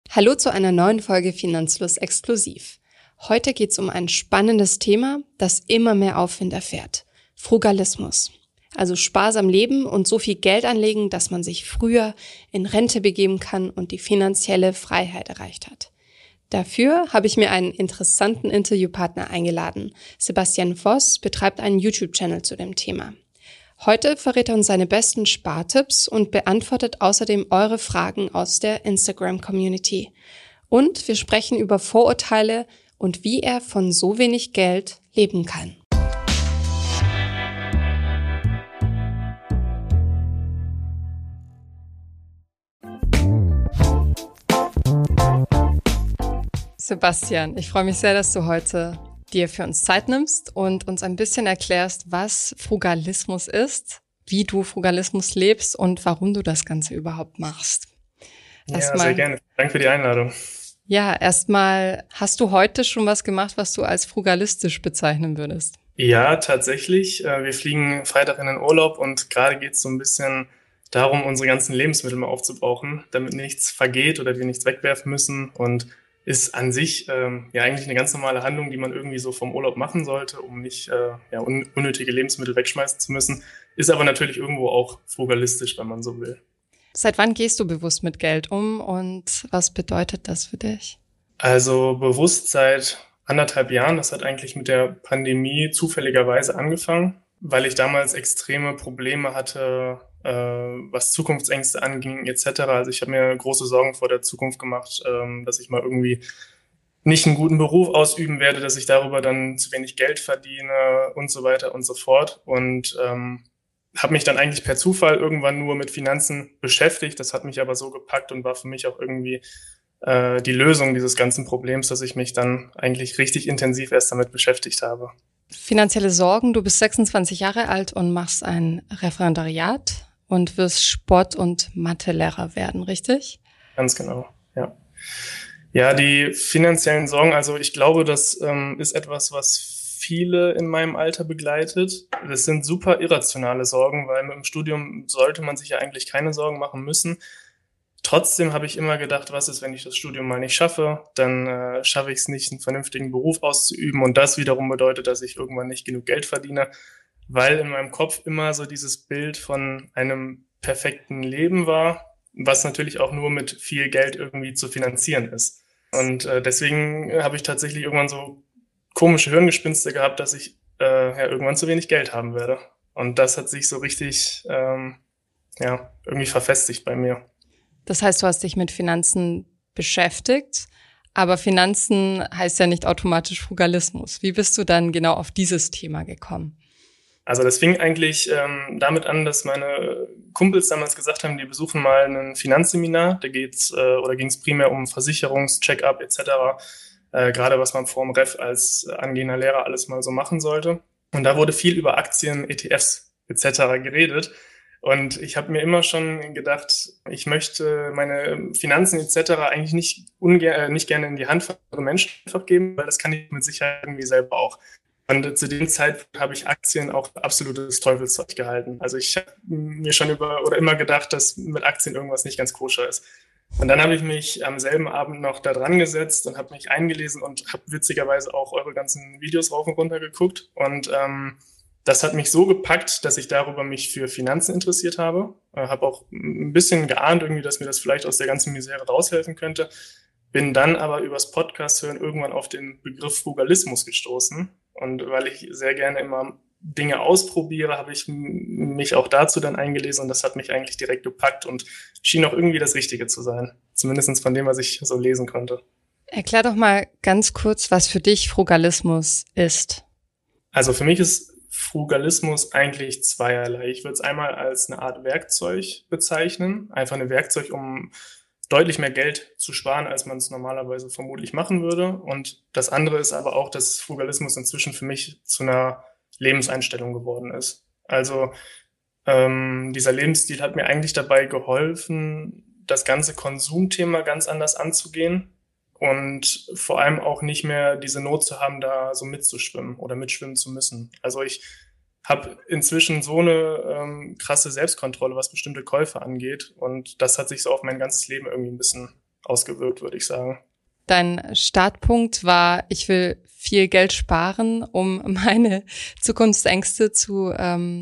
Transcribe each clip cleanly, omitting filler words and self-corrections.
Hallo zu einer neuen Folge Finanzfluss exklusiv. Heute geht es um ein spannendes Thema, das immer mehr Aufwind erfährt. Frugalismus. Also sparsam leben und so viel Geld anlegen, dass man sich früher in Rente begeben kann und die finanzielle Freiheit erreicht hat. Dafür habe ich mir einen interessanten Interviewpartner eingeladen. Sebastian Voss betreibt einen YouTube-Channel zu dem Thema. Heute verrät er uns seine besten Spartipps und beantwortet außerdem eure Fragen aus der Instagram-Community. Und wir sprechen über Vorurteile und wie er von so wenig Geld leben kann. Sebastian, ich freue mich sehr, dass du heute dir für uns Zeit nimmst und uns ein bisschen erklärst, was Frugalismus ist, wie du Frugalismus lebst und warum du das Ganze überhaupt machst. Sehr gerne. Danke für die Einladung. Ja, erstmal, hast du heute schon was gemacht, was du als frugalistisch bezeichnen würdest? Ja, tatsächlich. Wir fliegen Freitag in den Urlaub und gerade geht es so ein bisschen darum, unsere ganzen Lebensmittel mal aufzubrauchen, damit nichts vergeht oder wir nichts wegwerfen müssen, und ist an sich eigentlich eine ganz normale Handlung, die man irgendwie so vom Urlaub machen sollte, um nicht unnötige Lebensmittel wegschmeißen zu müssen. Ist aber natürlich irgendwo auch frugalistisch, wenn man so will. Seit wann gehst du bewusst mit Geld um und was bedeutet das für dich? Also bewusst seit 1,5 Jahren. Das hat eigentlich mit der Pandemie zufälligerweise angefangen, weil ich damals extreme Probleme hatte, was Zukunftsängste anging etc. Also ich habe mir große Sorgen vor der Zukunft gemacht, dass ich mal irgendwie nicht einen guten Beruf ausüben werde, dass ich darüber dann zu wenig Geld verdiene und so weiter und so fort. Und habe mich dann eigentlich per Zufall irgendwann nur mit Finanzen beschäftigt. Das hat mich aber so gepackt und war für mich auch irgendwie die Lösung dieses ganzen Problems, dass ich mich dann eigentlich richtig intensiv erst damit beschäftigt habe. Finanzielle Sorgen, du bist 26 Jahre alt und machst ein Referendariat und wirst Sport- und Mathelehrer werden, richtig? Ganz genau, ja. Ja, die finanziellen Sorgen, also ich glaube, das ist etwas, was viele in meinem Alter begleitet. Das sind super irrationale Sorgen, weil mit dem Studium sollte man sich ja eigentlich keine Sorgen machen müssen. Trotzdem habe ich immer gedacht, was ist, wenn ich das Studium mal nicht schaffe? Dann schaffe ich es nicht, einen vernünftigen Beruf auszuüben. Und das wiederum bedeutet, dass ich irgendwann nicht genug Geld verdiene, weil in meinem Kopf immer so dieses Bild von einem perfekten Leben war, was natürlich auch nur mit viel Geld irgendwie zu finanzieren ist. Und deswegen habe ich tatsächlich irgendwann so komische Hirngespinste gehabt, dass ich irgendwann zu wenig Geld haben werde. Und das hat sich so richtig irgendwie verfestigt bei mir. Das heißt, du hast dich mit Finanzen beschäftigt, aber Finanzen heißt ja nicht automatisch Frugalismus. Wie bist du dann genau auf dieses Thema gekommen? Also das fing eigentlich damit an, dass meine Kumpels damals gesagt haben, die besuchen mal ein Finanzseminar. Da ging es primär um Versicherungs-Check-up etc., gerade was man vor dem Ref als angehender Lehrer alles mal so machen sollte. Und da wurde viel über Aktien, ETFs etc. geredet. Und ich habe mir immer schon gedacht, ich möchte meine Finanzen etc. eigentlich nicht gerne in die Hand von anderen Menschen einfach geben, weil das kann ich mit Sicherheit irgendwie selber auch. Und zu dem Zeitpunkt habe ich Aktien auch absolutes Teufelszeug gehalten. Also ich habe mir schon immer gedacht, dass mit Aktien irgendwas nicht ganz koscher ist. Und dann habe ich mich am selben Abend noch da dran gesetzt und habe mich eingelesen und habe witzigerweise auch eure ganzen Videos rauf und runter geguckt. Und das hat mich so gepackt, dass ich darüber mich für Finanzen interessiert habe. Habe auch ein bisschen geahnt irgendwie, dass mir das vielleicht aus der ganzen Misere raushelfen könnte. Bin dann aber übers Podcast hören irgendwann auf den Begriff Frugalismus gestoßen. Und weil ich sehr gerne immer Dinge ausprobiere, habe ich mich auch dazu dann eingelesen, und das hat mich eigentlich direkt gepackt und schien auch irgendwie das Richtige zu sein. Zumindest von dem, was ich so lesen konnte. Erklär doch mal ganz kurz, was für dich Frugalismus ist. Also für mich ist Frugalismus eigentlich zweierlei. Ich würde es einmal als eine Art Werkzeug bezeichnen. Einfach ein Werkzeug, um deutlich mehr Geld zu sparen, als man es normalerweise vermutlich machen würde. Und das andere ist aber auch, dass Frugalismus inzwischen für mich zu einer Lebenseinstellung geworden ist. Also dieser Lebensstil hat mir eigentlich dabei geholfen, das ganze Konsumthema ganz anders anzugehen und vor allem auch nicht mehr diese Not zu haben, da so mitzuschwimmen oder mitschwimmen zu müssen. Also ich habe inzwischen so eine krasse Selbstkontrolle, was bestimmte Käufe angeht, und das hat sich so auf mein ganzes Leben irgendwie ein bisschen ausgewirkt, würde ich sagen. Dein Startpunkt war, ich will viel Geld sparen, um meine Zukunftsängste zu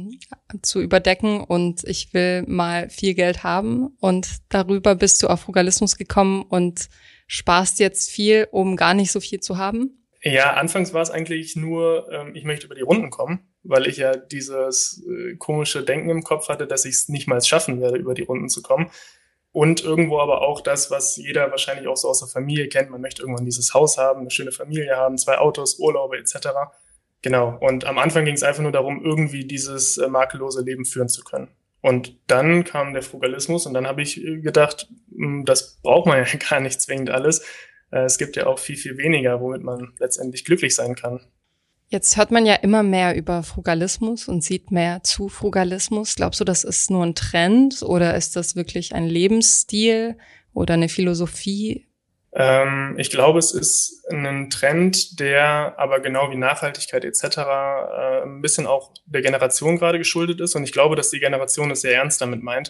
überdecken, und ich will mal viel Geld haben, und darüber bist du auf Frugalismus gekommen und sparst jetzt viel, um gar nicht so viel zu haben? Ja, anfangs war es eigentlich nur, ich möchte über die Runden kommen, weil ich ja dieses komische Denken im Kopf hatte, dass ich es nicht mal schaffen werde, über die Runden zu kommen. Und irgendwo aber auch das, was jeder wahrscheinlich auch so aus der Familie kennt. Man möchte irgendwann dieses Haus haben, eine schöne Familie haben, 2 Autos, Urlaube etc. Genau. Und am Anfang ging es einfach nur darum, irgendwie dieses makellose Leben führen zu können. Und dann kam der Frugalismus und dann habe ich gedacht, das braucht man ja gar nicht zwingend alles. Es gibt ja auch viel, viel weniger, womit man letztendlich glücklich sein kann. Jetzt hört man ja immer mehr über Frugalismus und sieht mehr zu Frugalismus. Glaubst du, das ist nur ein Trend oder ist das wirklich ein Lebensstil oder eine Philosophie? Ich glaube, es ist ein Trend, der aber genau wie Nachhaltigkeit etc. Ein bisschen auch der Generation gerade geschuldet ist. Und ich glaube, dass die Generation es sehr ernst damit meint.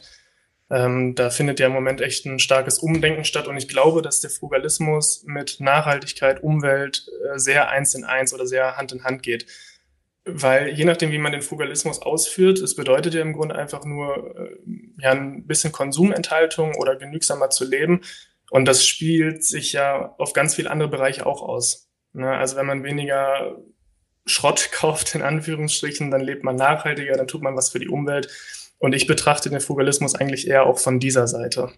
Da findet ja im Moment echt ein starkes Umdenken statt. Und ich glaube, dass der Frugalismus mit Nachhaltigkeit, Umwelt sehr eins in eins oder sehr Hand in Hand geht. Weil je nachdem, wie man den Frugalismus ausführt, es bedeutet ja im Grunde einfach nur ja, ein bisschen Konsumenthaltung oder genügsamer zu leben. Und das spielt sich ja auf ganz viele andere Bereiche auch aus. Ne? Also wenn man weniger Schrott kauft, in Anführungsstrichen, dann lebt man nachhaltiger, dann tut man was für die Umwelt. Und ich betrachte den Frugalismus eigentlich eher auch von dieser Seite.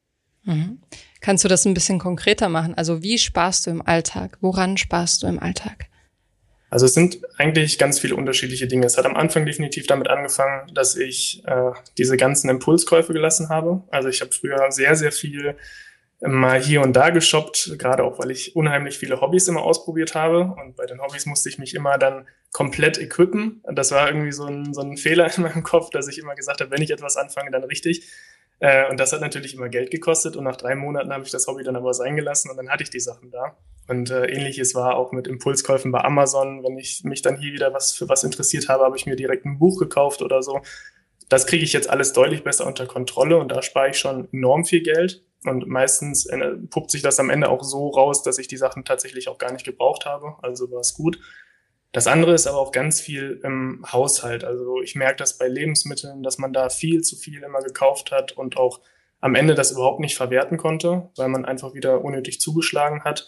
Mhm. Kannst du das ein bisschen konkreter machen? Also wie sparst du im Alltag? Woran sparst du im Alltag? Also es sind eigentlich ganz viele unterschiedliche Dinge. Es hat am Anfang definitiv damit angefangen, dass ich diese ganzen Impulskäufe gelassen habe. Also ich habe früher sehr, sehr viel mal hier und da geshoppt, gerade auch, weil ich unheimlich viele Hobbys immer ausprobiert habe. Und bei den Hobbys musste ich mich immer dann komplett equippen. Das war irgendwie so ein Fehler in meinem Kopf, dass ich immer gesagt habe, wenn ich etwas anfange, dann richtig. Und das hat natürlich immer Geld gekostet. Und nach 3 Monaten habe ich das Hobby dann aber sein gelassen und dann hatte ich die Sachen da. Und ähnliches war auch mit Impulskäufen bei Amazon. Wenn ich mich dann hier wieder für was interessiert habe, habe ich mir direkt ein Buch gekauft oder so. Das kriege ich jetzt alles deutlich besser unter Kontrolle und da spare ich schon enorm viel Geld. Und meistens puppt sich das am Ende auch so raus, dass ich die Sachen tatsächlich auch gar nicht gebraucht habe. Also war es gut. Das andere ist aber auch ganz viel im Haushalt. Also ich merke das bei Lebensmitteln, dass man da viel zu viel immer gekauft hat und auch am Ende das überhaupt nicht verwerten konnte, weil man einfach wieder unnötig zugeschlagen hat.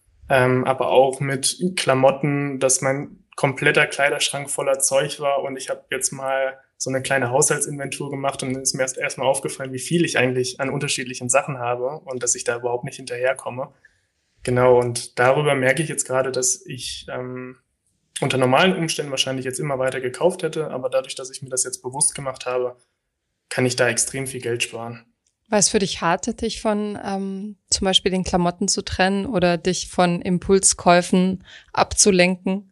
Aber auch mit Klamotten, dass mein kompletter Kleiderschrank voller Zeug war und ich habe jetzt mal so eine kleine Haushaltsinventur gemacht und dann ist mir erstmal aufgefallen, wie viel ich eigentlich an unterschiedlichen Sachen habe und dass ich da überhaupt nicht hinterherkomme. Genau, und darüber merke ich jetzt gerade, dass ich unter normalen Umständen wahrscheinlich jetzt immer weiter gekauft hätte, aber dadurch, dass ich mir das jetzt bewusst gemacht habe, kann ich da extrem viel Geld sparen. War es für dich hart, dich von zum Beispiel den Klamotten zu trennen oder dich von Impulskäufen abzulenken?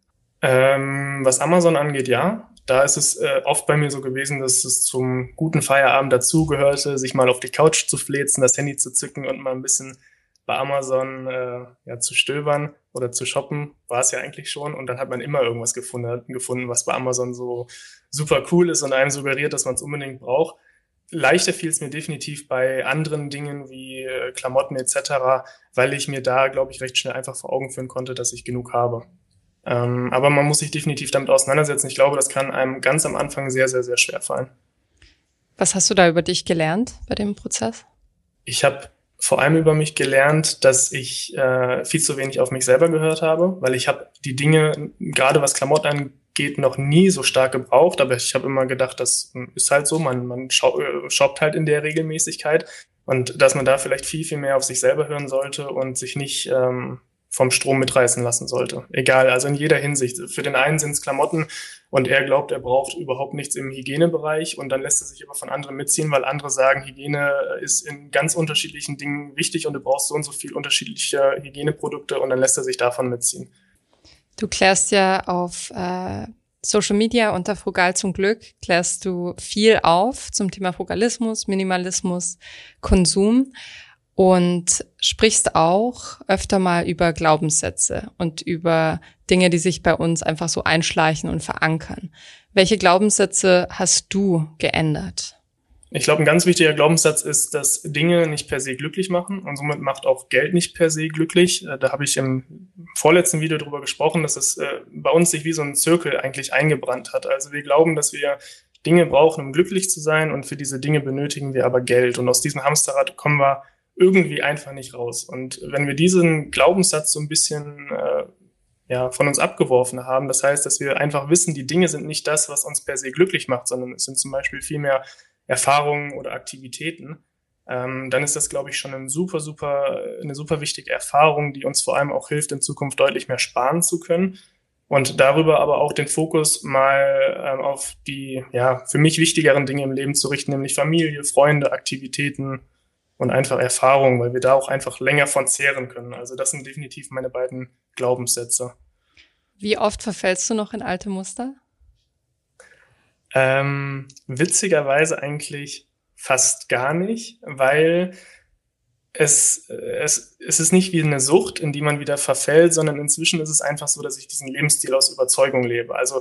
Was Amazon angeht, ja. Da ist es oft bei mir so gewesen, dass es zum guten Feierabend dazugehörte, sich mal auf die Couch zu fläzen, das Handy zu zücken und mal ein bisschen bei Amazon zu stöbern oder zu shoppen, war es ja eigentlich schon. Und dann hat man immer irgendwas gefunden, was bei Amazon so super cool ist und einem suggeriert, dass man es unbedingt braucht. Leichter fiel es mir definitiv bei anderen Dingen wie Klamotten etc., weil ich mir da, glaube ich, recht schnell einfach vor Augen führen konnte, dass ich genug habe. Aber man muss sich definitiv damit auseinandersetzen. Ich glaube, das kann einem ganz am Anfang sehr, sehr, sehr schwer fallen. Was hast du da über dich gelernt bei dem Prozess? Ich habe vor allem über mich gelernt, dass ich viel zu wenig auf mich selber gehört habe, weil ich habe die Dinge, gerade was Klamotten angeht, noch nie so stark gebraucht. Aber ich habe immer gedacht, das ist halt so, man shoppt halt in der Regelmäßigkeit. Und dass man da vielleicht viel, viel mehr auf sich selber hören sollte und sich nicht vom Strom mitreißen lassen sollte. Egal, also in jeder Hinsicht. Für den einen sind es Klamotten und er glaubt, er braucht überhaupt nichts im Hygienebereich und dann lässt er sich aber von anderen mitziehen, weil andere sagen, Hygiene ist in ganz unterschiedlichen Dingen wichtig und du brauchst so und so viel unterschiedliche Hygieneprodukte und dann lässt er sich davon mitziehen. Du klärst ja auf Social Media unter Frugal zum Glück, klärst du viel auf zum Thema Frugalismus, Minimalismus, Konsum. Und sprichst auch öfter mal über Glaubenssätze und über Dinge, die sich bei uns einfach so einschleichen und verankern. Welche Glaubenssätze hast du geändert? Ich glaube, ein ganz wichtiger Glaubenssatz ist, dass Dinge nicht per se glücklich machen und somit macht auch Geld nicht per se glücklich. Da habe ich im vorletzten Video drüber gesprochen, dass es bei uns sich wie so ein Zirkel eigentlich eingebrannt hat. Also wir glauben, dass wir Dinge brauchen, um glücklich zu sein, und für diese Dinge benötigen wir aber Geld. Und aus diesem Hamsterrad kommen wir irgendwie einfach nicht raus. Und wenn wir diesen Glaubenssatz so ein bisschen von uns abgeworfen haben, das heißt, dass wir einfach wissen, die Dinge sind nicht das, was uns per se glücklich macht, sondern es sind zum Beispiel vielmehr Erfahrungen oder Aktivitäten, dann ist das, glaube ich, schon eine super wichtige Erfahrung, die uns vor allem auch hilft, in Zukunft deutlich mehr sparen zu können. Und darüber aber auch den Fokus mal auf die für mich wichtigeren Dinge im Leben zu richten, nämlich Familie, Freunde, Aktivitäten und einfach Erfahrungen, weil wir da auch einfach länger von zehren können. Also das sind definitiv meine beiden Glaubenssätze. Wie oft verfällst du noch in alte Muster? Witzigerweise eigentlich fast gar nicht, weil es ist nicht wie eine Sucht, in die man wieder verfällt, sondern inzwischen ist es einfach so, dass ich diesen Lebensstil aus Überzeugung lebe. Also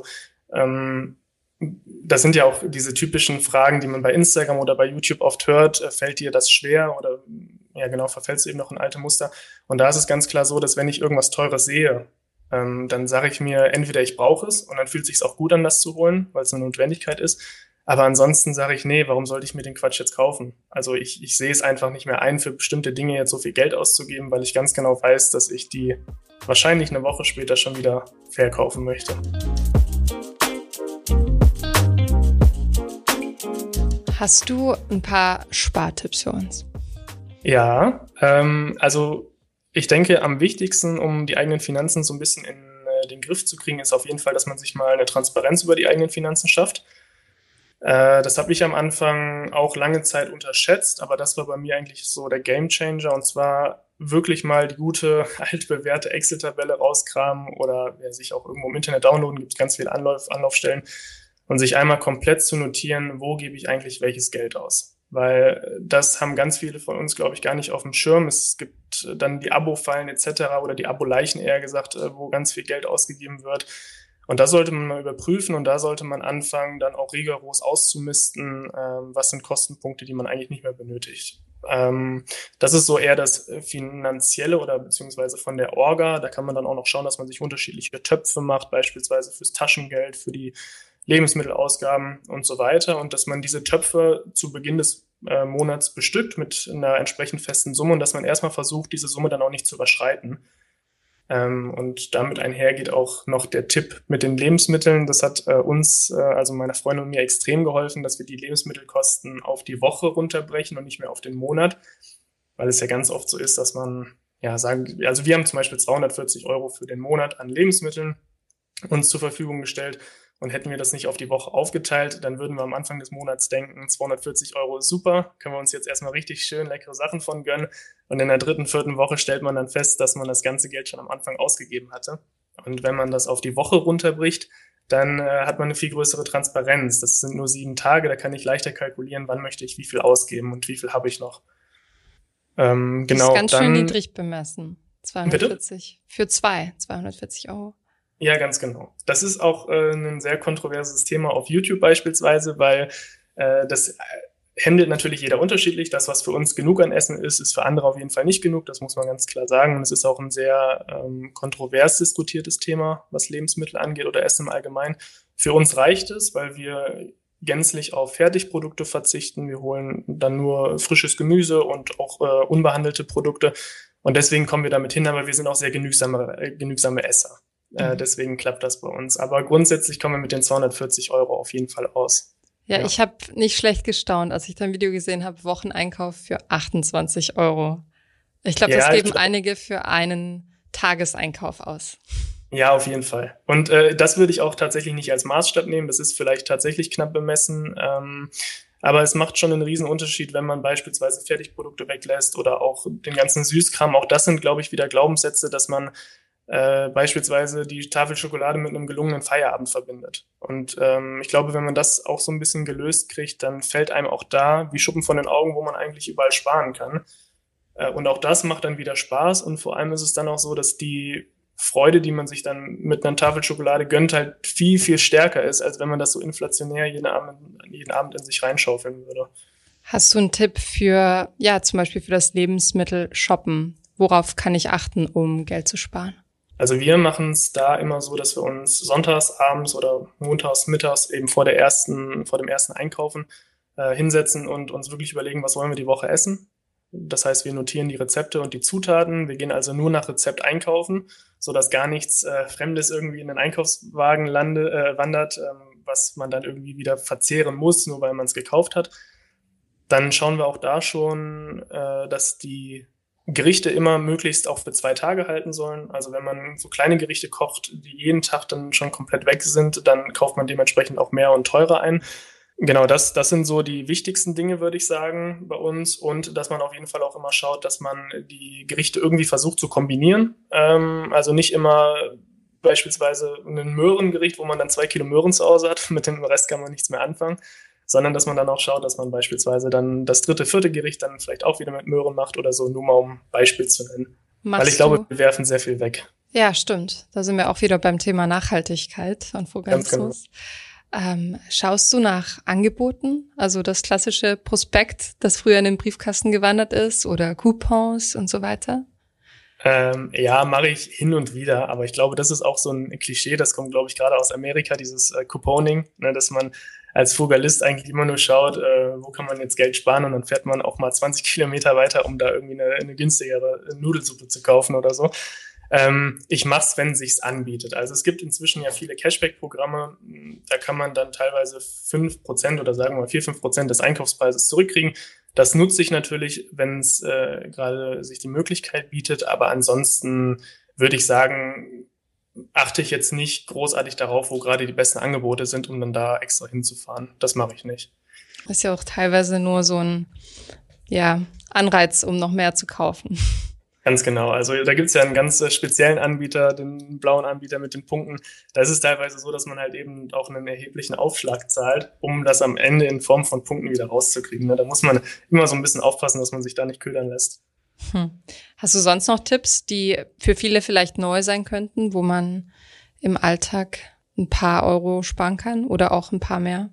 das sind ja auch diese typischen Fragen, die man bei Instagram oder bei YouTube oft hört. Fällt dir das schwer oder verfällst du eben noch in alte Muster? Und da ist es ganz klar so, dass wenn ich irgendwas Teures sehe, dann sage ich mir, entweder ich brauche es und dann fühlt es sich auch gut an, das zu holen, weil es eine Notwendigkeit ist. Aber ansonsten sage ich, nee, warum sollte ich mir den Quatsch jetzt kaufen? Also ich sehe es einfach nicht mehr ein, für bestimmte Dinge jetzt so viel Geld auszugeben, weil ich ganz genau weiß, dass ich die wahrscheinlich eine Woche später schon wieder verkaufen möchte. Hast du ein paar Spartipps für uns? Ja, also ich denke, am wichtigsten, um die eigenen Finanzen so ein bisschen in den Griff zu kriegen, ist auf jeden Fall, dass man sich mal eine Transparenz über die eigenen Finanzen schafft. Das habe ich am Anfang auch lange Zeit unterschätzt, aber das war bei mir eigentlich so der Gamechanger, und zwar wirklich mal die gute, altbewährte Excel-Tabelle rauskramen oder sich auch irgendwo im Internet downloaden, gibt es ganz viele Anlaufstellen, und sich einmal komplett zu notieren, wo gebe ich eigentlich welches Geld aus. Weil das haben ganz viele von uns, glaube ich, gar nicht auf dem Schirm. Es gibt dann die Abo-Fallen etc. oder die Abo-Leichen eher gesagt, wo ganz viel Geld ausgegeben wird. Und das sollte man mal überprüfen, und da sollte man anfangen, dann auch rigoros auszumisten, was sind Kostenpunkte, die man eigentlich nicht mehr benötigt. Das ist so eher das Finanzielle oder beziehungsweise von der Orga. Da kann man dann auch noch schauen, dass man sich unterschiedliche Töpfe macht, beispielsweise fürs Taschengeld, für die Lebensmittelausgaben und so weiter, und dass man diese Töpfe zu Beginn des Monats bestückt mit einer entsprechend festen Summe und dass man erstmal versucht, diese Summe dann auch nicht zu überschreiten. Und damit einhergeht auch noch der Tipp mit den Lebensmitteln. Das hat uns, also meiner Freundin und mir, extrem geholfen, dass wir die Lebensmittelkosten auf die Woche runterbrechen und nicht mehr auf den Monat, weil es ja ganz oft so ist, dass man also wir haben zum Beispiel 240 € für den Monat an Lebensmitteln uns zur Verfügung gestellt. Und hätten wir das nicht auf die Woche aufgeteilt, dann würden wir am Anfang des Monats denken, 240 € ist super, können wir uns jetzt erstmal richtig schön leckere Sachen von gönnen. Und in der 3., 4. Woche stellt man dann fest, dass man das ganze Geld schon am Anfang ausgegeben hatte. Und wenn man das auf die Woche runterbricht, dann hat man eine viel größere Transparenz. Das sind nur 7 Tage, da kann ich leichter kalkulieren, wann möchte ich wie viel ausgeben und wie viel habe ich noch. Genau, das ist ganz schön niedrig bemessen. 240 bitte? Für 240 €. Ja, ganz genau. Das ist auch ein sehr kontroverses Thema auf YouTube beispielsweise, weil das handelt natürlich jeder unterschiedlich. Das, was für uns genug an Essen ist, ist für andere auf jeden Fall nicht genug. Das muss man ganz klar sagen. Und es ist auch ein sehr kontrovers diskutiertes Thema, was Lebensmittel angeht oder Essen im Allgemeinen. Für uns reicht es, weil wir gänzlich auf Fertigprodukte verzichten. Wir holen dann nur frisches Gemüse und auch unbehandelte Produkte. Und deswegen kommen wir damit hin, aber wir sind auch sehr genügsame Esser. Deswegen klappt das bei uns. Aber grundsätzlich kommen wir mit den 240 € auf jeden Fall aus. Ja, ich habe nicht schlecht gestaunt, als ich dein Video gesehen habe, Wocheneinkauf für 28 €. Ich glaube, das geben einige für einen Tageseinkauf aus. Ja, auf jeden Fall. Und das würde ich auch tatsächlich nicht als Maßstab nehmen. Das ist vielleicht tatsächlich knapp bemessen. Aber es macht schon einen riesen Unterschied, wenn man beispielsweise Fertigprodukte weglässt oder auch den ganzen Süßkram. Auch das sind, glaube ich, wieder Glaubenssätze, dass man beispielsweise die Tafel Schokolade mit einem gelungenen Feierabend verbindet. Und ich glaube, wenn man das auch so ein bisschen gelöst kriegt, dann fällt einem auch da wie Schuppen von den Augen, wo man eigentlich überall sparen kann. Und auch das macht dann wieder Spaß, und vor allem ist es dann auch so, dass die Freude, die man sich dann mit einer Tafel Schokolade gönnt, halt viel, viel stärker ist, als wenn man das so inflationär jeden Abend in sich reinschaufeln würde. Hast du einen Tipp für, ja, zum Beispiel für das Lebensmittel shoppen? Worauf kann ich achten, um Geld zu sparen? Also wir machen es da immer so, dass wir uns sonntags abends oder montags mittags eben vor dem ersten Einkaufen hinsetzen und uns wirklich überlegen, was wollen wir die Woche essen. Das heißt, wir notieren die Rezepte und die Zutaten. Wir gehen also nur nach Rezept einkaufen, sodass gar nichts Fremdes irgendwie in den Einkaufswagen wandert, was man dann irgendwie wieder verzehren muss, nur weil man es gekauft hat. Dann schauen wir auch da schon, dass die Gerichte immer möglichst auch für 2 Tage halten sollen. Also wenn man so kleine Gerichte kocht, die jeden Tag dann schon komplett weg sind, dann kauft man dementsprechend auch mehr und teurer ein. Genau, das sind so die wichtigsten Dinge, würde ich sagen, bei uns. Und dass man auf jeden Fall auch immer schaut, dass man die Gerichte irgendwie versucht zu kombinieren. Also nicht immer beispielsweise ein Möhrengericht, wo man dann 2 Kilo Möhren zu Hause hat, mit dem Rest kann man nichts mehr anfangen, sondern dass man dann auch schaut, dass man beispielsweise dann das 3., 4. Gericht dann vielleicht auch wieder mit Möhren macht oder so, nur mal um ein Beispiel zu nennen. Weil ich glaube, wir werfen sehr viel weg. Ja, stimmt. Da sind wir auch wieder beim Thema Nachhaltigkeit und Frugalismus. Genau. Schaust du nach Angeboten? Also das klassische Prospekt, das früher in den Briefkasten gewandert ist, oder Coupons und so weiter? Ja, mache ich hin und wieder, aber ich glaube, das ist auch so ein Klischee, das kommt, glaube ich, gerade aus Amerika, dieses Couponing, ne, dass man als Frugalist eigentlich immer nur schaut, wo kann man jetzt Geld sparen, und dann fährt man auch mal 20 Kilometer weiter, um da irgendwie eine günstigere Nudelsuppe zu kaufen oder so. Ich mache es, wenn es sich anbietet. Also es gibt inzwischen ja viele Cashback-Programme, da kann man dann teilweise 5% oder sagen wir mal 4-5% des Einkaufspreises zurückkriegen. Das nutze ich natürlich, wenn es gerade sich die Möglichkeit bietet, aber ansonsten würde ich sagen, achte ich jetzt nicht großartig darauf, wo gerade die besten Angebote sind, um dann da extra hinzufahren. Das mache ich nicht. Das ist ja auch teilweise nur so ein Anreiz, um noch mehr zu kaufen. Ganz genau. Also da gibt es ja einen ganz speziellen Anbieter, den blauen Anbieter mit den Punkten. Da ist es teilweise so, dass man halt eben auch einen erheblichen Aufschlag zahlt, um das am Ende in Form von Punkten wieder rauszukriegen. Da muss man immer so ein bisschen aufpassen, dass man sich da nicht ködern lässt. Hast du sonst noch Tipps, die für viele vielleicht neu sein könnten, wo man im Alltag ein paar Euro sparen kann oder auch ein paar mehr?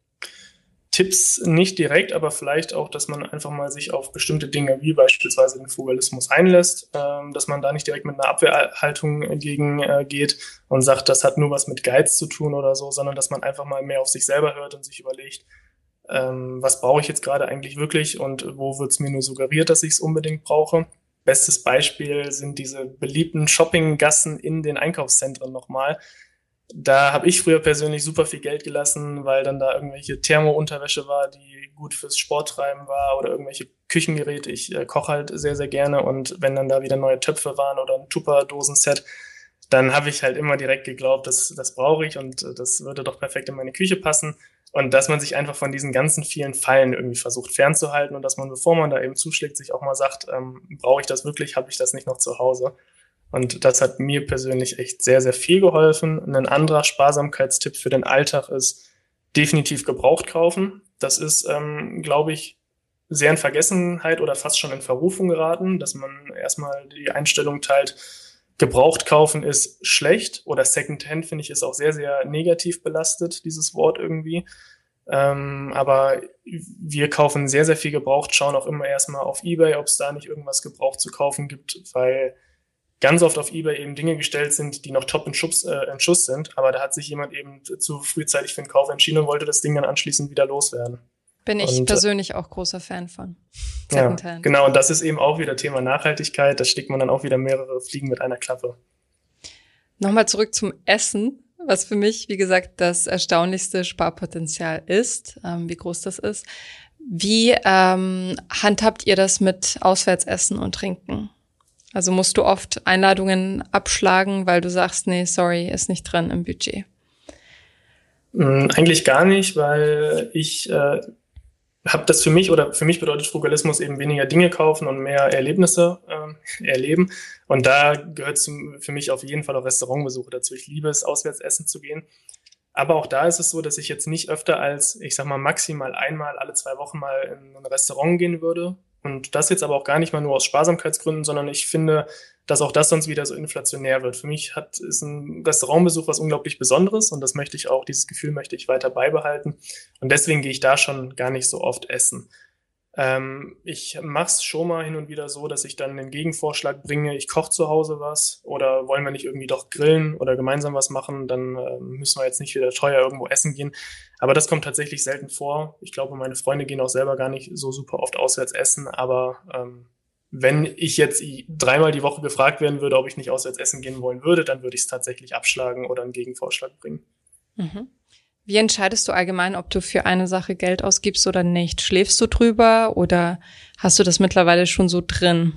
Tipps nicht direkt, aber vielleicht auch, dass man einfach mal sich auf bestimmte Dinge wie beispielsweise den Frugalismus einlässt, dass man da nicht direkt mit einer Abwehrhaltung gegen geht und sagt, das hat nur was mit Geiz zu tun oder so, sondern dass man einfach mal mehr auf sich selber hört und sich überlegt, was brauche ich jetzt gerade eigentlich wirklich und wo wird es mir nur suggeriert, dass ich es unbedingt brauche. Bestes Beispiel sind diese beliebten Shoppinggassen in den Einkaufszentren nochmal. Da habe ich früher persönlich super viel Geld gelassen, weil dann da irgendwelche Thermo-Unterwäsche war, die gut fürs Sporttreiben war, oder irgendwelche Küchengeräte. Ich koche halt sehr, sehr gerne, und wenn dann da wieder neue Töpfe waren oder ein Tupperdosen-Set, dann habe ich halt immer direkt geglaubt, das brauche ich und das würde doch perfekt in meine Küche passen. Und dass man sich einfach von diesen ganzen vielen Fallen irgendwie versucht fernzuhalten und dass man, bevor man da eben zuschlägt, sich auch mal sagt, brauche ich das wirklich, habe ich das nicht noch zu Hause? Und das hat mir persönlich echt sehr, sehr viel geholfen. Ein anderer Sparsamkeitstipp für den Alltag ist definitiv gebraucht kaufen. Das ist, glaube ich, sehr in Vergessenheit oder fast schon in Verrufung geraten, dass man erstmal die Einstellung teilt, gebraucht kaufen ist schlecht, oder Secondhand, finde ich, ist auch sehr, sehr negativ belastet, dieses Wort irgendwie. Aber wir kaufen sehr, sehr viel gebraucht, schauen auch immer erstmal auf eBay, ob es da nicht irgendwas gebraucht zu kaufen gibt, weil ganz oft auf eBay eben Dinge gestellt sind, die noch top in Schuss sind, aber da hat sich jemand eben zu frühzeitig für den Kauf entschieden und wollte das Ding dann anschließend wieder loswerden. Bin ich persönlich auch großer Fan von. Ja, genau, und das ist eben auch wieder Thema Nachhaltigkeit, da schlägt man dann auch wieder mehrere Fliegen mit einer Klappe. Nochmal zurück zum Essen, was für mich, wie gesagt, das erstaunlichste Sparpotenzial ist, wie groß das ist. Wie handhabt ihr das mit Auswärtsessen und Trinken? Also musst du oft Einladungen abschlagen, weil du sagst, nee, sorry, ist nicht drin im Budget? Eigentlich gar nicht, weil ich habe das für mich bedeutet Frugalismus eben weniger Dinge kaufen und mehr Erlebnisse erleben. Und da gehört für mich auf jeden Fall auch Restaurantbesuche dazu. Ich liebe es, auswärts essen zu gehen. Aber auch da ist es so, dass ich jetzt nicht öfter als, ich sag mal, maximal einmal alle 2 Wochen mal in ein Restaurant gehen würde. Und das jetzt aber auch gar nicht mal nur aus Sparsamkeitsgründen, sondern ich finde, dass auch das sonst wieder so inflationär wird. Für mich ist ein Restaurantbesuch was unglaublich Besonderes, und dieses Gefühl möchte ich weiter beibehalten. Und deswegen gehe ich da schon gar nicht so oft essen. Ich mache es schon mal hin und wieder so, dass ich dann den Gegenvorschlag bringe, ich koche zu Hause was oder wollen wir nicht irgendwie doch grillen oder gemeinsam was machen, dann müssen wir jetzt nicht wieder teuer irgendwo essen gehen. Aber das kommt tatsächlich selten vor. Ich glaube, meine Freunde gehen auch selber gar nicht so super oft auswärts essen, aber wenn ich jetzt 3-mal die Woche gefragt werden würde, ob ich nicht auswärts essen gehen wollen würde, dann würde ich es tatsächlich abschlagen oder einen Gegenvorschlag bringen. Mhm. Wie entscheidest du allgemein, ob du für eine Sache Geld ausgibst oder nicht? Schläfst du drüber oder hast du das mittlerweile schon so drin?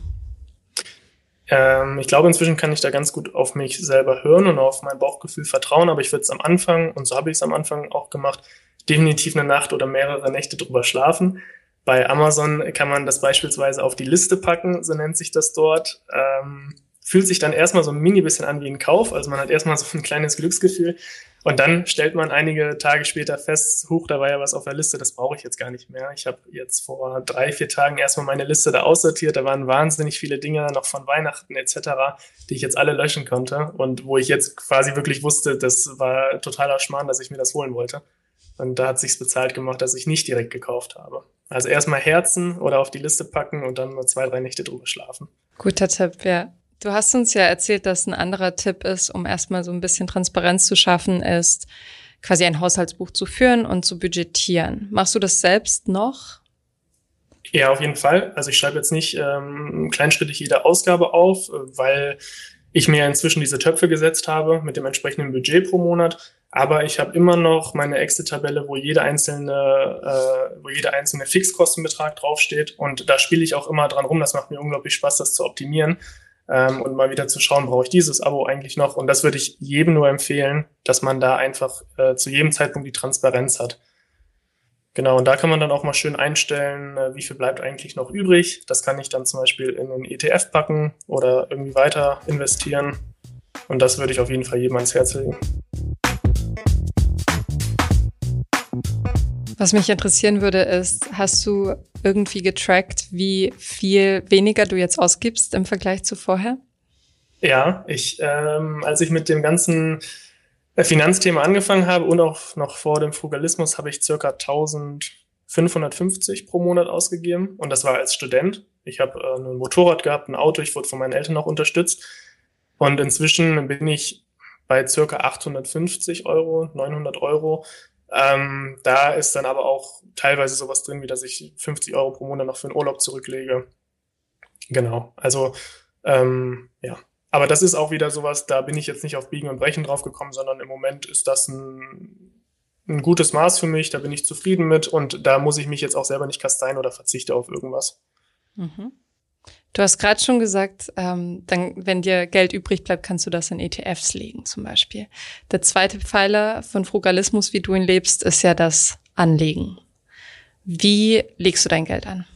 Ich glaube, inzwischen kann ich da ganz gut auf mich selber hören und auf mein Bauchgefühl vertrauen, aber ich würde es am Anfang, und so habe ich es am Anfang auch gemacht, definitiv eine Nacht oder mehrere Nächte drüber schlafen. Bei Amazon kann man das beispielsweise auf die Liste packen, so nennt sich das dort. Fühlt sich dann erstmal so ein mini bisschen an wie ein Kauf, also man hat erstmal so ein kleines Glücksgefühl. Und dann stellt man einige Tage später fest, huch, da war ja was auf der Liste, das brauche ich jetzt gar nicht mehr. Ich habe jetzt vor 3-4 Tagen erstmal meine Liste da aussortiert, da waren wahnsinnig viele Dinge noch von Weihnachten etc., die ich jetzt alle löschen konnte und wo ich jetzt quasi wirklich wusste, das war totaler Schmarrn, dass ich mir das holen wollte. Und da hat sich's bezahlt gemacht, dass ich nicht direkt gekauft habe. Also erstmal Herzen oder auf die Liste packen und dann nur 2-3 Nächte drüber schlafen. Guter Tipp, ja. Du hast uns ja erzählt, dass ein anderer Tipp ist, um erstmal so ein bisschen Transparenz zu schaffen, ist, quasi ein Haushaltsbuch zu führen und zu budgetieren. Machst du das selbst noch? Ja, auf jeden Fall. Also ich schreibe jetzt nicht kleinschrittig jede Ausgabe auf, weil ich mir inzwischen diese Töpfe gesetzt habe mit dem entsprechenden Budget pro Monat. Aber ich habe immer noch meine Excel-Tabelle, wo jeder einzelne Fixkostenbetrag draufsteht. Und da spiele ich auch immer dran rum. Das macht mir unglaublich Spaß, das zu optimieren. Und mal wieder zu schauen, brauche ich dieses Abo eigentlich noch? Und das würde ich jedem nur empfehlen, dass man da einfach zu jedem Zeitpunkt die Transparenz hat. Genau, und da kann man dann auch mal schön einstellen, wie viel bleibt eigentlich noch übrig. Das kann ich dann zum Beispiel in einen ETF packen oder irgendwie weiter investieren. Und das würde ich auf jeden Fall jedem ans Herz legen. Was mich interessieren würde, ist, hast du irgendwie getrackt, wie viel weniger du jetzt ausgibst im Vergleich zu vorher? Ja, als ich mit dem ganzen Finanzthema angefangen habe und auch noch vor dem Frugalismus, habe ich circa 1.550 pro Monat ausgegeben. Und das war als Student. Ich habe ein Motorrad gehabt, ein Auto, ich wurde von meinen Eltern noch unterstützt. Und inzwischen bin ich bei circa 850 Euro, 900 Euro. Da ist dann aber auch teilweise sowas drin, wie dass ich 50 Euro pro Monat noch für den Urlaub zurücklege. Genau, also ja. Aber das ist auch wieder sowas, da bin ich jetzt nicht auf Biegen und Brechen drauf gekommen, sondern im Moment ist das ein gutes Maß für mich, da bin ich zufrieden mit und da muss ich mich jetzt auch selber nicht kasteien oder verzichte auf irgendwas. Mhm. Du hast gerade schon gesagt, dann, wenn dir Geld übrig bleibt, kannst du das in ETFs legen zum Beispiel. Der zweite Pfeiler von Frugalismus, wie du ihn lebst, ist ja das Anlegen. Wie legst du dein Geld an?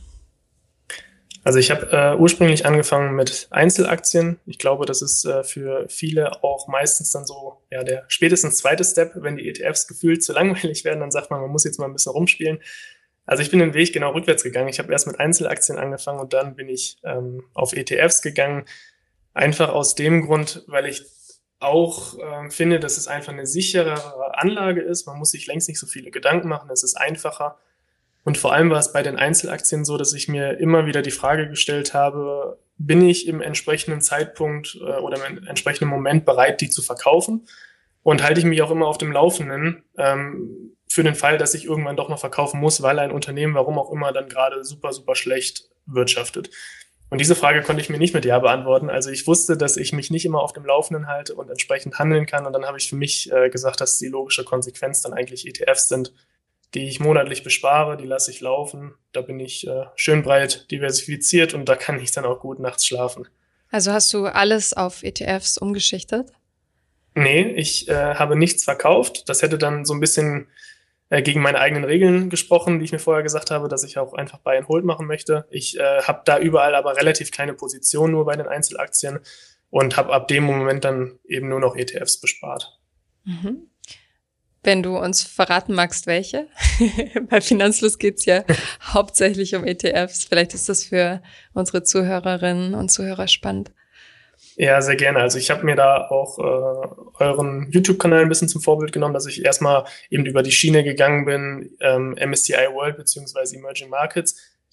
Also ich habe ursprünglich angefangen mit Einzelaktien. Ich glaube, das ist für viele auch meistens dann so ja der spätestens zweite Step, wenn die ETFs gefühlt zu langweilig werden, dann sagt man muss jetzt mal ein bisschen rumspielen. Also ich bin den Weg genau rückwärts gegangen. Ich habe erst mit Einzelaktien angefangen und dann bin ich auf ETFs gegangen. Einfach aus dem Grund, weil ich auch finde, dass es einfach eine sicherere Anlage ist. Man muss sich längst nicht so viele Gedanken machen. Es ist einfacher. Und vor allem war es bei den Einzelaktien so, dass ich mir immer wieder die Frage gestellt habe, bin ich im entsprechenden Zeitpunkt oder im entsprechenden Moment bereit, die zu verkaufen? Und halte ich mich auch immer auf dem Laufenden für den Fall, dass ich irgendwann doch noch verkaufen muss, weil ein Unternehmen, warum auch immer, dann gerade super, super schlecht wirtschaftet. Und diese Frage konnte ich mir nicht mit Ja beantworten. Also ich wusste, dass ich mich nicht immer auf dem Laufenden halte und entsprechend handeln kann. Und dann habe ich für mich gesagt, dass die logische Konsequenz dann eigentlich ETFs sind, die ich monatlich bespare, die lasse ich laufen. Da bin ich schön breit diversifiziert und da kann ich dann auch gut nachts schlafen. Also hast du alles auf ETFs umgeschichtet? Nee, ich habe nichts verkauft. Das hätte dann so ein bisschen gegen meine eigenen Regeln gesprochen, die ich mir vorher gesagt habe, dass ich auch einfach Buy and Hold machen möchte. Ich habe da überall aber relativ kleine Positionen nur bei den Einzelaktien und habe ab dem Moment dann eben nur noch ETFs bespart. Mhm. Wenn du uns verraten magst, welche? Bei Finanzfluss geht's ja hauptsächlich um ETFs. Vielleicht ist das für unsere Zuhörerinnen und Zuhörer spannend. Ja, sehr gerne. Also ich habe mir da auch euren YouTube-Kanal ein bisschen zum Vorbild genommen, dass ich erstmal eben über die Schiene gegangen bin, MSCI World beziehungsweise Emerging Markets.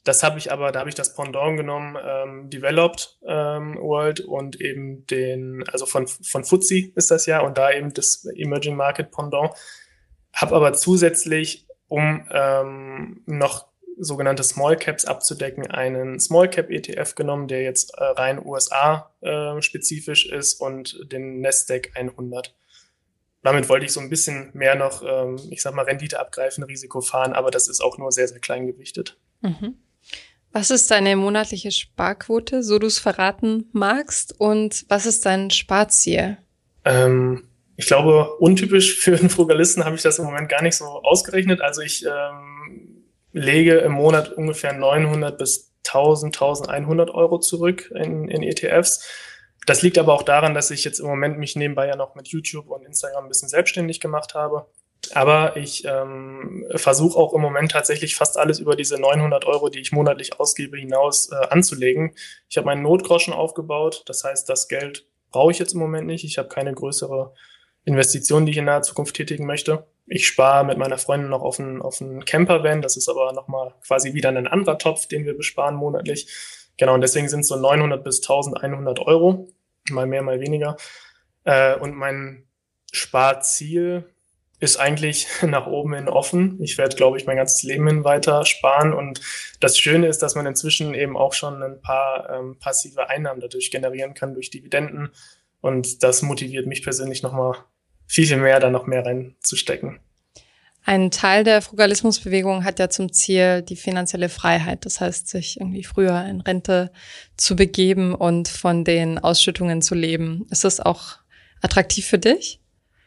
Da habe ich das Pendant genommen, Developed World und eben also von FTSE ist das ja, und da eben das Emerging Market Pendant. Habe aber zusätzlich, um noch sogenannte Small Caps abzudecken, einen Small Cap ETF genommen, der jetzt rein USA spezifisch ist, und den Nasdaq 100. Damit wollte ich so ein bisschen mehr noch, Rendite abgreifen, Risiko fahren, aber das ist auch nur sehr, sehr klein gewichtet. Mhm. Was ist deine monatliche Sparquote, so du es verraten magst, und was ist dein Sparziel? Ich glaube, untypisch für einen Frugalisten habe ich das im Moment gar nicht so ausgerechnet. Also ich lege im Monat ungefähr 900 bis 1.100 Euro zurück in ETFs. Das liegt aber auch daran, dass ich jetzt im Moment mich nebenbei ja noch mit YouTube und Instagram ein bisschen selbstständig gemacht habe. Aber ich versuche auch im Moment tatsächlich fast alles über diese 900 Euro, die ich monatlich ausgebe, hinaus anzulegen. Ich habe meinen Notgroschen aufgebaut. Das heißt, das Geld brauche ich jetzt im Moment nicht. Ich habe keine größere Investition, die ich in naher Zukunft tätigen möchte. Ich spare mit meiner Freundin noch auf einen Campervan. Das ist aber nochmal quasi wieder ein anderer Topf, den wir besparen monatlich. Genau, und deswegen sind es so 900 bis 1.100 Euro. Mal mehr, mal weniger. Und mein Sparziel ist eigentlich nach oben hin offen. Ich werde, glaube ich, mein ganzes Leben hin weiter sparen. Und das Schöne ist, dass man inzwischen eben auch schon ein paar passive Einnahmen dadurch generieren kann, durch Dividenden. Und das motiviert mich persönlich nochmal viel, viel mehr, da noch mehr reinzustecken. Ein Teil der Frugalismusbewegung hat ja zum Ziel die finanzielle Freiheit. Das heißt, sich irgendwie früher in Rente zu begeben und von den Ausschüttungen zu leben. Ist das auch attraktiv für dich?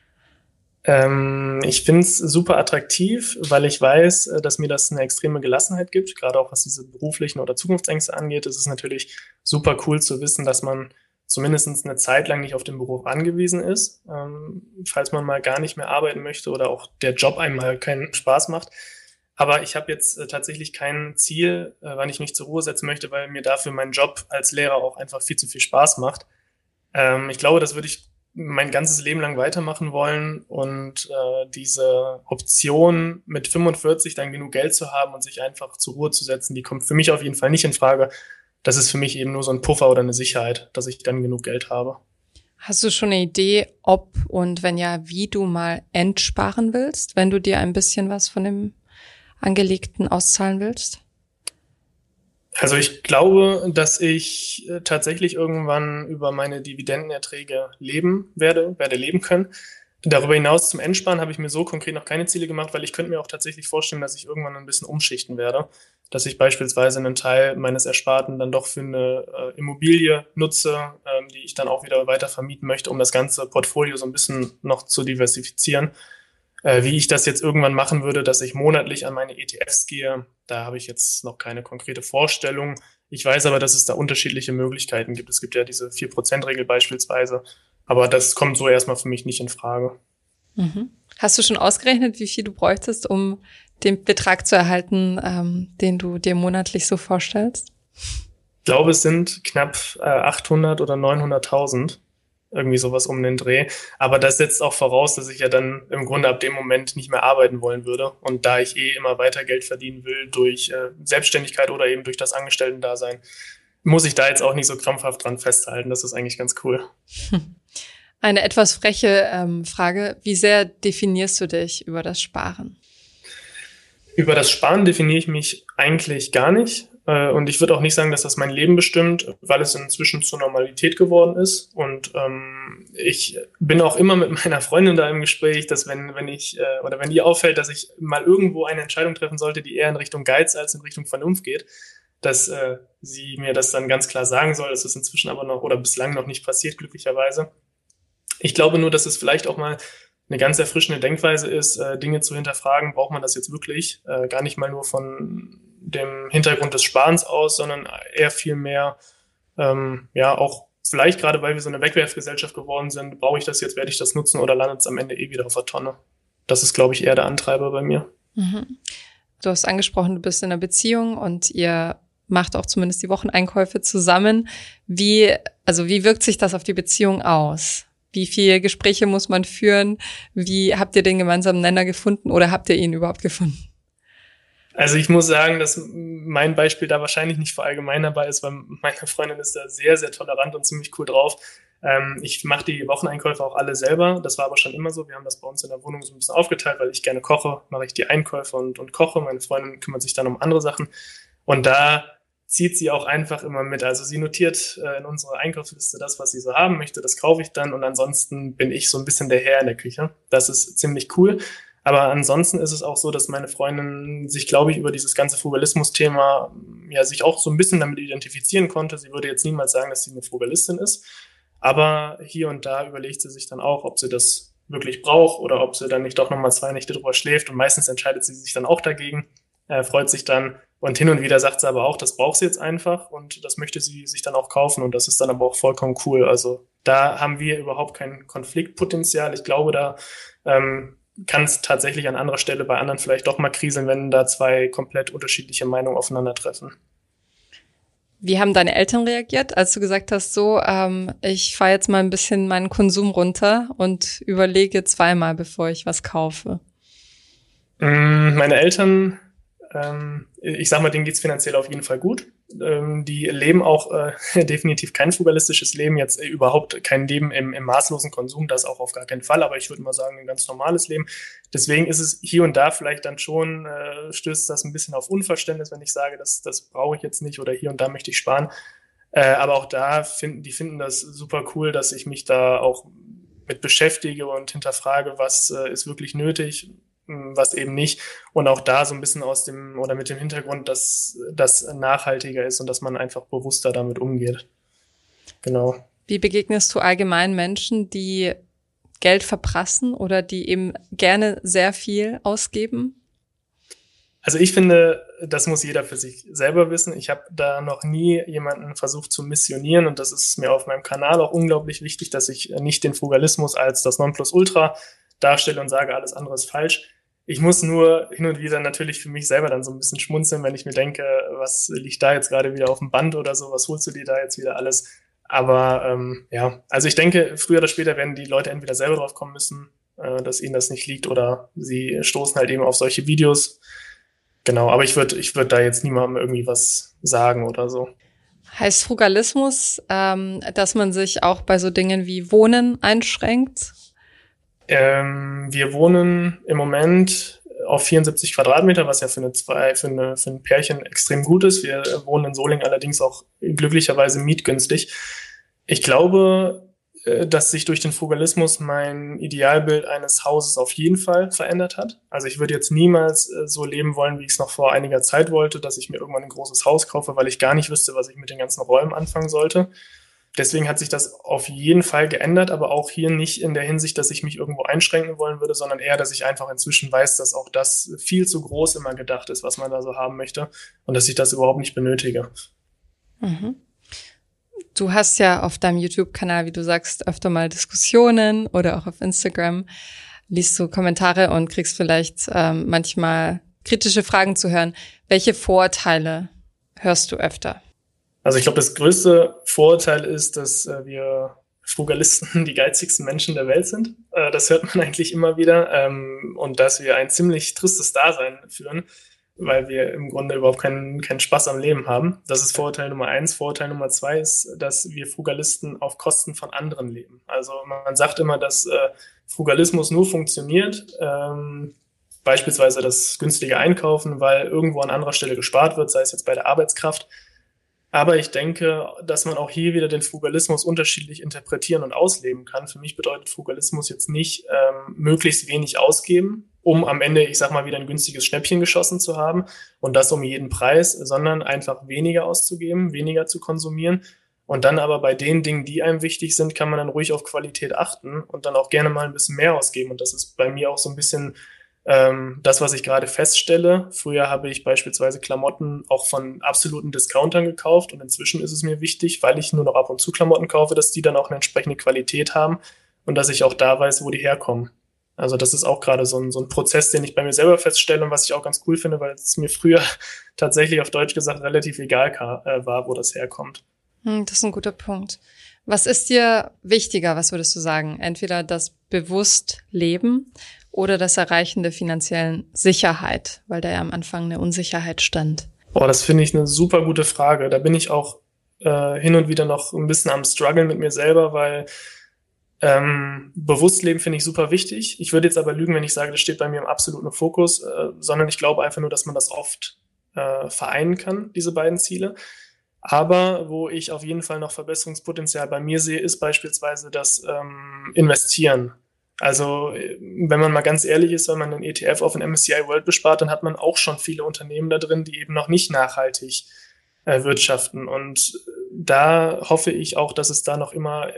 Ich finde es super attraktiv, weil ich weiß, dass mir das eine extreme Gelassenheit gibt, gerade auch was diese beruflichen oder Zukunftsängste angeht. Es ist natürlich super cool zu wissen, dass man zumindest eine Zeit lang nicht auf den Beruf angewiesen ist, falls man mal gar nicht mehr arbeiten möchte oder auch der Job einem mal keinen Spaß macht. Aber ich habe jetzt tatsächlich kein Ziel, wann ich mich zur Ruhe setzen möchte, weil mir dafür mein Job als Lehrer auch einfach viel zu viel Spaß macht. Ich glaube, das würde ich mein ganzes Leben lang weitermachen wollen, und diese Option mit 45 dann genug Geld zu haben und sich einfach zur Ruhe zu setzen, die kommt für mich auf jeden Fall nicht in Frage. Das ist für mich eben nur so ein Puffer oder eine Sicherheit, dass ich dann genug Geld habe. Hast du schon eine Idee, ob und wenn ja, wie du mal entsparen willst, wenn du dir ein bisschen was von dem Angelegten auszahlen willst? Also ich glaube, dass ich tatsächlich irgendwann über meine Dividendenerträge leben werde leben können. Darüber hinaus zum Endsparen habe ich mir so konkret noch keine Ziele gemacht, weil ich könnte mir auch tatsächlich vorstellen, dass ich irgendwann ein bisschen umschichten werde. Dass ich beispielsweise einen Teil meines Ersparten dann doch für eine Immobilie nutze, die ich dann auch wieder weiter vermieten möchte, um das ganze Portfolio so ein bisschen noch zu diversifizieren. Wie ich das jetzt irgendwann machen würde, dass ich monatlich an meine ETFs gehe, da habe ich jetzt noch keine konkrete Vorstellung. Ich weiß aber, dass es da unterschiedliche Möglichkeiten gibt. Es gibt ja diese 4%-Regel beispielsweise. Aber das kommt so erstmal für mich nicht in Frage. Mhm. Hast du schon ausgerechnet, wie viel du bräuchtest, um den Betrag zu erhalten, den du dir monatlich so vorstellst? Ich glaube, es sind knapp 800 oder 900.000. Irgendwie sowas um den Dreh. Aber das setzt auch voraus, dass ich ja dann im Grunde ab dem Moment nicht mehr arbeiten wollen würde. Und da ich immer weiter Geld verdienen will durch Selbstständigkeit oder eben durch das Angestellten-Dasein, muss ich da jetzt auch nicht so krampfhaft dran festhalten. Das ist eigentlich ganz cool. Eine etwas freche Frage. Wie sehr definierst du dich über das Sparen? Über das Sparen definiere ich mich eigentlich gar nicht. Und ich würde auch nicht sagen, dass das mein Leben bestimmt, weil es inzwischen zur Normalität geworden ist. Und ich bin auch immer mit meiner Freundin da im Gespräch, dass wenn ihr auffällt, dass ich mal irgendwo eine Entscheidung treffen sollte, die eher in Richtung Geiz als in Richtung Vernunft geht, dass sie mir das dann ganz klar sagen soll. Das ist inzwischen aber noch oder bislang noch nicht passiert, glücklicherweise. Ich glaube nur, dass es vielleicht auch mal eine ganz erfrischende Denkweise ist, Dinge zu hinterfragen, braucht man das jetzt wirklich? Gar nicht mal nur von dem Hintergrund des Sparens aus, sondern eher viel mehr, auch vielleicht gerade, weil wir so eine Wegwerfgesellschaft geworden sind, brauche ich das jetzt, werde ich das nutzen oder landet es am Ende wieder auf der Tonne? Das ist, glaube ich, eher der Antreiber bei mir. Mhm. Du hast angesprochen, du bist in einer Beziehung und ihr macht auch zumindest die Wocheneinkäufe zusammen. Wie wirkt sich das auf die Beziehung aus? Wie viele Gespräche muss man führen? Wie habt ihr den gemeinsamen Nenner gefunden oder habt ihr ihn überhaupt gefunden? Also ich muss sagen, dass mein Beispiel da wahrscheinlich nicht verallgemeinerbar ist, weil meine Freundin ist da sehr, sehr tolerant und ziemlich cool drauf. Ich mache die Wocheneinkäufe auch alle selber. Das war aber schon immer so. Wir haben das bei uns in der Wohnung so ein bisschen aufgeteilt, weil ich gerne koche, mache ich die Einkäufe und koche. Meine Freundin kümmert sich dann um andere Sachen. Und da zieht sie auch einfach immer mit. Also sie notiert in unsere Einkaufsliste das, was sie so haben möchte. Das kaufe ich dann und ansonsten bin ich so ein bisschen der Herr in der Küche. Das ist ziemlich cool. Aber ansonsten ist es auch so, dass meine Freundin sich, glaube ich, über dieses ganze Frugalismus-Thema ja sich auch so ein bisschen damit identifizieren konnte. Sie würde jetzt niemals sagen, dass sie eine Frugalistin ist. Aber hier und da überlegt sie sich dann auch, ob sie das wirklich braucht oder ob sie dann nicht doch nochmal 2 Nächte drüber schläft. Und meistens entscheidet sie sich dann auch dagegen, freut sich dann. Und hin und wieder sagt sie aber auch, das braucht sie jetzt einfach und das möchte sie sich dann auch kaufen. Und das ist dann aber auch vollkommen cool. Also da haben wir überhaupt kein Konfliktpotenzial. Ich glaube, da kann es tatsächlich an anderer Stelle bei anderen vielleicht doch mal kriseln, wenn da 2 komplett unterschiedliche Meinungen aufeinandertreffen. Wie haben deine Eltern reagiert, als du gesagt hast, so, ich fahre jetzt mal ein bisschen meinen Konsum runter und überlege zweimal, bevor ich was kaufe? Meine Eltern, ich sag mal, denen geht's finanziell auf jeden Fall gut. Die leben auch definitiv kein frugalistisches Leben, jetzt überhaupt kein Leben im maßlosen Konsum, das auch auf gar keinen Fall, aber ich würde mal sagen, ein ganz normales Leben. Deswegen ist es hier und da vielleicht dann schon, stößt das ein bisschen auf Unverständnis, wenn ich sage, das brauche ich jetzt nicht oder hier und da möchte ich sparen. Aber auch da finden das super cool, dass ich mich da auch mit beschäftige und hinterfrage, was ist wirklich nötig, was eben nicht. Und auch da so ein bisschen mit dem Hintergrund, dass das nachhaltiger ist und dass man einfach bewusster damit umgeht. Genau. Wie begegnest du allgemein Menschen, die Geld verprassen oder die eben gerne sehr viel ausgeben? Also ich finde, das muss jeder für sich selber wissen. Ich habe da noch nie jemanden versucht zu missionieren und das ist mir auf meinem Kanal auch unglaublich wichtig, dass ich nicht den Frugalismus als das Nonplusultra darstelle und sage, alles andere ist falsch. Ich muss nur hin und wieder natürlich für mich selber dann so ein bisschen schmunzeln, wenn ich mir denke, was liegt da jetzt gerade wieder auf dem Band oder so, was holst du dir da jetzt wieder alles? Aber ja, also ich denke, früher oder später werden die Leute entweder selber drauf kommen müssen, dass ihnen das nicht liegt oder sie stoßen halt eben auf solche Videos. Genau, aber ich würd da jetzt niemandem irgendwie was sagen oder so. Heißt Frugalismus, dass man sich auch bei so Dingen wie Wohnen einschränkt? Wir wohnen im Moment auf 74 Quadratmeter, was ja für ein Pärchen extrem gut ist. Wir wohnen in Solingen allerdings auch glücklicherweise mietgünstig. Ich glaube, dass sich durch den Frugalismus mein Idealbild eines Hauses auf jeden Fall verändert hat. Also ich würde jetzt niemals so leben wollen, wie ich es noch vor einiger Zeit wollte, dass ich mir irgendwann ein großes Haus kaufe, weil ich gar nicht wüsste, was ich mit den ganzen Räumen anfangen sollte. Deswegen hat sich das auf jeden Fall geändert, aber auch hier nicht in der Hinsicht, dass ich mich irgendwo einschränken wollen würde, sondern eher, dass ich einfach inzwischen weiß, dass auch das viel zu groß immer gedacht ist, was man da so haben möchte und dass ich das überhaupt nicht benötige. Mhm. Du hast ja auf deinem YouTube-Kanal, wie du sagst, öfter mal Diskussionen oder auch auf Instagram liest du Kommentare und kriegst vielleicht manchmal kritische Fragen zu hören. Welche Vorurteile hörst du öfter? Also ich glaube, das größte Vorurteil ist, dass wir Frugalisten die geizigsten Menschen der Welt sind. Das hört man eigentlich immer wieder. Und dass wir ein ziemlich tristes Dasein führen, weil wir im Grunde überhaupt keinen Spaß am Leben haben. Das ist Vorurteil Nummer 1. Vorurteil Nummer 2 ist, dass wir Frugalisten auf Kosten von anderen leben. Also man sagt immer, dass Frugalismus nur funktioniert, beispielsweise das günstige Einkaufen, weil irgendwo an anderer Stelle gespart wird, sei es jetzt bei der Arbeitskraft. Aber ich denke, dass man auch hier wieder den Frugalismus unterschiedlich interpretieren und ausleben kann. Für mich bedeutet Frugalismus jetzt nicht möglichst wenig ausgeben, um am Ende, ich sag mal, wieder ein günstiges Schnäppchen geschossen zu haben und das um jeden Preis, sondern einfach weniger auszugeben, weniger zu konsumieren. Und dann aber bei den Dingen, die einem wichtig sind, kann man dann ruhig auf Qualität achten und dann auch gerne mal ein bisschen mehr ausgeben. Und das ist bei mir auch so ein bisschen das, was ich gerade feststelle. Früher habe ich beispielsweise Klamotten auch von absoluten Discountern gekauft und inzwischen ist es mir wichtig, weil ich nur noch ab und zu Klamotten kaufe, dass die dann auch eine entsprechende Qualität haben und dass ich auch da weiß, wo die herkommen. Also das ist auch gerade so ein Prozess, den ich bei mir selber feststelle und was ich auch ganz cool finde, weil es mir früher tatsächlich auf Deutsch gesagt relativ egal war, wo das herkommt. Das ist ein guter Punkt. Was ist dir wichtiger, was würdest du sagen? Entweder das bewusst Leben oder das Erreichen der finanziellen Sicherheit, weil da ja am Anfang eine Unsicherheit stand? Boah, das finde ich eine super gute Frage. Da bin ich auch hin und wieder noch ein bisschen am Struggeln mit mir selber, weil bewusst leben finde ich super wichtig. Ich würde jetzt aber lügen, wenn ich sage, das steht bei mir im absoluten Fokus, sondern ich glaube einfach nur, dass man das oft vereinen kann, diese beiden Ziele. Aber wo ich auf jeden Fall noch Verbesserungspotenzial bei mir sehe, ist beispielsweise das Investieren. Also wenn man mal ganz ehrlich ist, wenn man einen ETF auf den MSCI World bespart, dann hat man auch schon viele Unternehmen da drin, die eben noch nicht nachhaltig wirtschaften. Und da hoffe ich auch, dass es da noch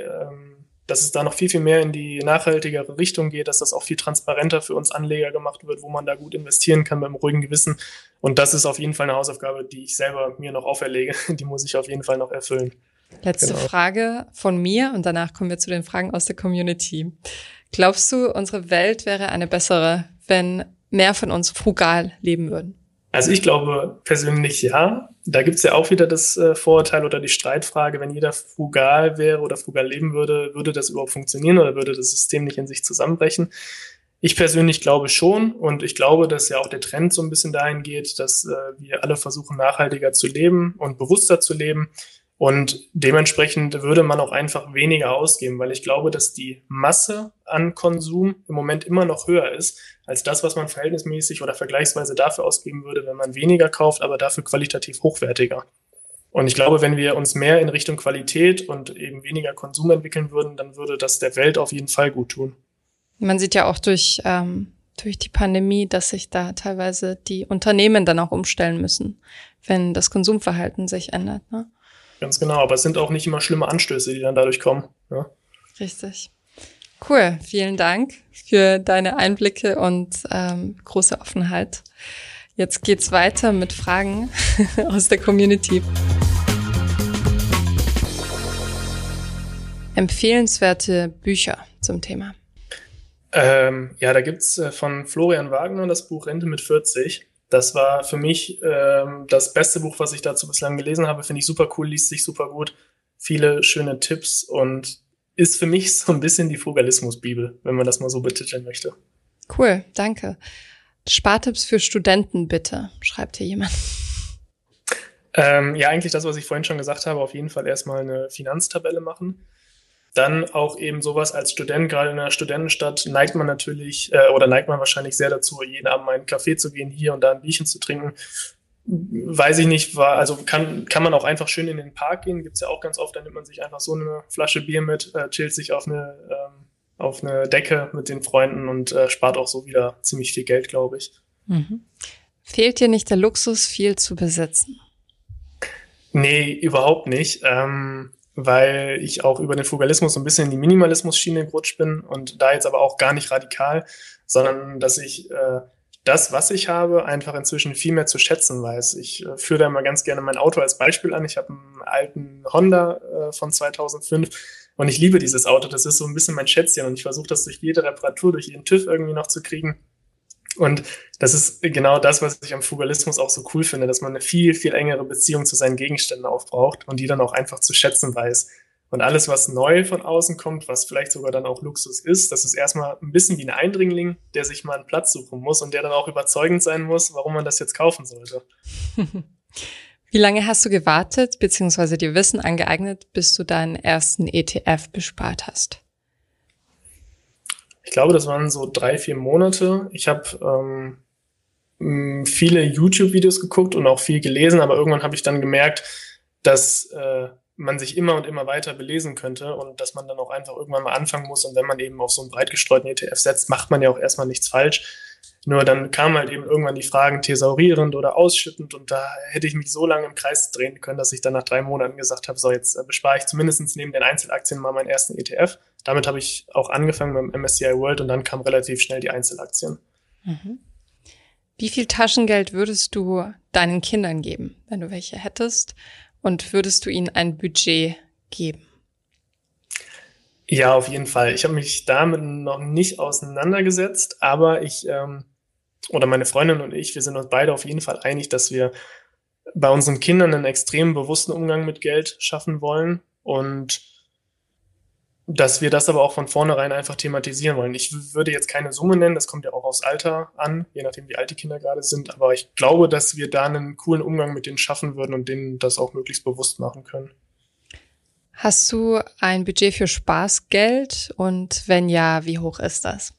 viel, viel mehr in die nachhaltigere Richtung geht, dass das auch viel transparenter für uns Anleger gemacht wird, wo man da gut investieren kann mit einem ruhigen Gewissen. Und das ist auf jeden Fall eine Hausaufgabe, die ich selber mir noch auferlege. Die muss ich auf jeden Fall noch erfüllen. Letzte Frage von mir und danach kommen wir zu den Fragen aus der Community. Glaubst du, unsere Welt wäre eine bessere, wenn mehr von uns frugal leben würden? Also ich glaube persönlich ja. Da gibt's ja auch wieder das Vorurteil oder die Streitfrage, wenn jeder frugal wäre oder frugal leben würde, würde das überhaupt funktionieren oder würde das System nicht in sich zusammenbrechen? Ich persönlich glaube schon und ich glaube, dass ja auch der Trend so ein bisschen dahin geht, dass wir alle versuchen, nachhaltiger zu leben und bewusster zu leben. Und dementsprechend würde man auch einfach weniger ausgeben, weil ich glaube, dass die Masse an Konsum im Moment immer noch höher ist als das, was man verhältnismäßig oder vergleichsweise dafür ausgeben würde, wenn man weniger kauft, aber dafür qualitativ hochwertiger. Und ich glaube, wenn wir uns mehr in Richtung Qualität und eben weniger Konsum entwickeln würden, dann würde das der Welt auf jeden Fall gut tun. Man sieht ja auch durch die Pandemie, dass sich da teilweise die Unternehmen dann auch umstellen müssen, wenn das Konsumverhalten sich ändert, ne? Ganz genau, aber es sind auch nicht immer schlimme Anstöße, die dann dadurch kommen. Ja. Richtig. Cool, vielen Dank für deine Einblicke und große Offenheit. Jetzt geht's weiter mit Fragen aus der Community. Empfehlenswerte Bücher zum Thema. Da gibt's von Florian Wagner das Buch Rente mit 40. Das war für mich das beste Buch, was ich dazu bislang gelesen habe. Finde ich super cool, liest sich super gut. Viele schöne Tipps und ist für mich so ein bisschen die Frugalismus-Bibel, wenn man das mal so betiteln möchte. Cool, danke. Spartipps für Studenten bitte, schreibt hier jemand. Eigentlich das, was ich vorhin schon gesagt habe, auf jeden Fall erstmal eine Finanztabelle machen. Dann auch eben sowas als Student, gerade in einer Studentenstadt, neigt man wahrscheinlich sehr dazu, jeden Abend mal in einen Café zu gehen, hier und da ein Bierchen zu trinken. Weiß ich nicht, kann man auch einfach schön in den Park gehen, gibt's ja auch ganz oft, dann nimmt man sich einfach so eine Flasche Bier mit, chillt sich auf eine Decke mit den Freunden und spart auch so wieder ziemlich viel Geld, glaube ich. Mhm. Fehlt dir nicht der Luxus, viel zu besitzen? Nee, überhaupt nicht. Weil ich auch über den Frugalismus so ein bisschen in die Minimalismus-Schiene gerutscht bin und da jetzt aber auch gar nicht radikal, sondern dass ich das, was ich habe, einfach inzwischen viel mehr zu schätzen weiß. Ich führe da immer ganz gerne mein Auto als Beispiel an. Ich habe einen alten Honda von 2005 und ich liebe dieses Auto. Das ist so ein bisschen mein Schätzchen und ich versuche das durch jede Reparatur, durch jeden TÜV irgendwie noch zu kriegen. Und das ist genau das, was ich am Frugalismus auch so cool finde, dass man eine viel, viel engere Beziehung zu seinen Gegenständen aufbraucht und die dann auch einfach zu schätzen weiß. Und alles, was neu von außen kommt, was vielleicht sogar dann auch Luxus ist, das ist erstmal ein bisschen wie ein Eindringling, der sich mal einen Platz suchen muss und der dann auch überzeugend sein muss, warum man das jetzt kaufen sollte. Wie lange hast du gewartet, beziehungsweise dir Wissen angeeignet, bis du deinen ersten ETF bespart hast? Ich glaube, das waren so 3-4 Monate. Ich habe viele YouTube-Videos geguckt und auch viel gelesen, aber irgendwann habe ich dann gemerkt, dass man sich immer und immer weiter belesen könnte und dass man dann auch einfach irgendwann mal anfangen muss. Und wenn man eben auf so einen breit gestreuten ETF setzt, macht man ja auch erstmal nichts falsch. Nur dann kamen halt eben irgendwann die Fragen thesaurierend oder ausschüttend und da hätte ich mich so lange im Kreis drehen können, dass ich dann nach 3 Monaten gesagt habe, so jetzt bespare ich zumindest neben den Einzelaktien mal meinen ersten ETF. Damit habe ich auch angefangen beim MSCI World und dann kam relativ schnell die Einzelaktien. Mhm. Wie viel Taschengeld würdest du deinen Kindern geben, wenn du welche hättest? Und würdest du ihnen ein Budget geben? Ja, auf jeden Fall. Ich habe mich damit noch nicht auseinandergesetzt, aber oder meine Freundin und ich, wir sind uns beide auf jeden Fall einig, dass wir bei unseren Kindern einen extrem bewussten Umgang mit Geld schaffen wollen. Und dass wir das aber auch von vornherein einfach thematisieren wollen. Ich würde jetzt keine Summe nennen, das kommt ja auch aufs Alter an, je nachdem, wie alt die Kinder gerade sind. Aber ich glaube, dass wir da einen coolen Umgang mit denen schaffen würden und denen das auch möglichst bewusst machen können. Hast du ein Budget für Spaßgeld und wenn ja, wie hoch ist das?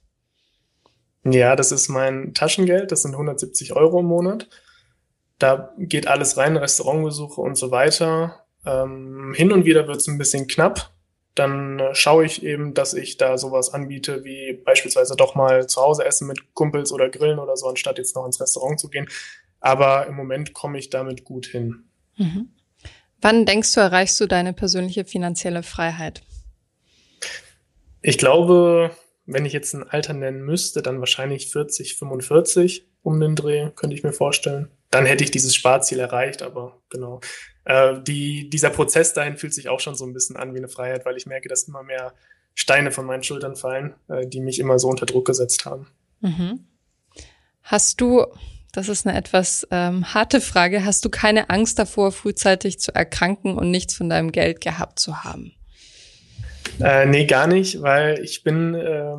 Ja, das ist mein Taschengeld, das sind 170 Euro im Monat. Da geht alles rein, Restaurantbesuche und so weiter. Hin und wieder wird es ein bisschen knapp. Dann schaue ich eben, dass ich da sowas anbiete, wie beispielsweise doch mal zu Hause essen mit Kumpels oder grillen oder so, anstatt jetzt noch ins Restaurant zu gehen. Aber im Moment komme ich damit gut hin. Mhm. Wann denkst du, erreichst du deine persönliche finanzielle Freiheit? Ich glaube, wenn ich jetzt ein Alter nennen müsste, dann wahrscheinlich 40, 45 um den Dreh, könnte ich mir vorstellen. Dann hätte ich dieses Sparziel erreicht, aber genau. Dieser Prozess dahin fühlt sich auch schon so ein bisschen an wie eine Freiheit, weil ich merke, dass immer mehr Steine von meinen Schultern fallen, die mich immer so unter Druck gesetzt haben. Mhm. Hast du, das ist eine etwas harte Frage, hast du keine Angst davor, frühzeitig zu erkranken und nichts von deinem Geld gehabt zu haben? Nee, gar nicht, weil ich bin,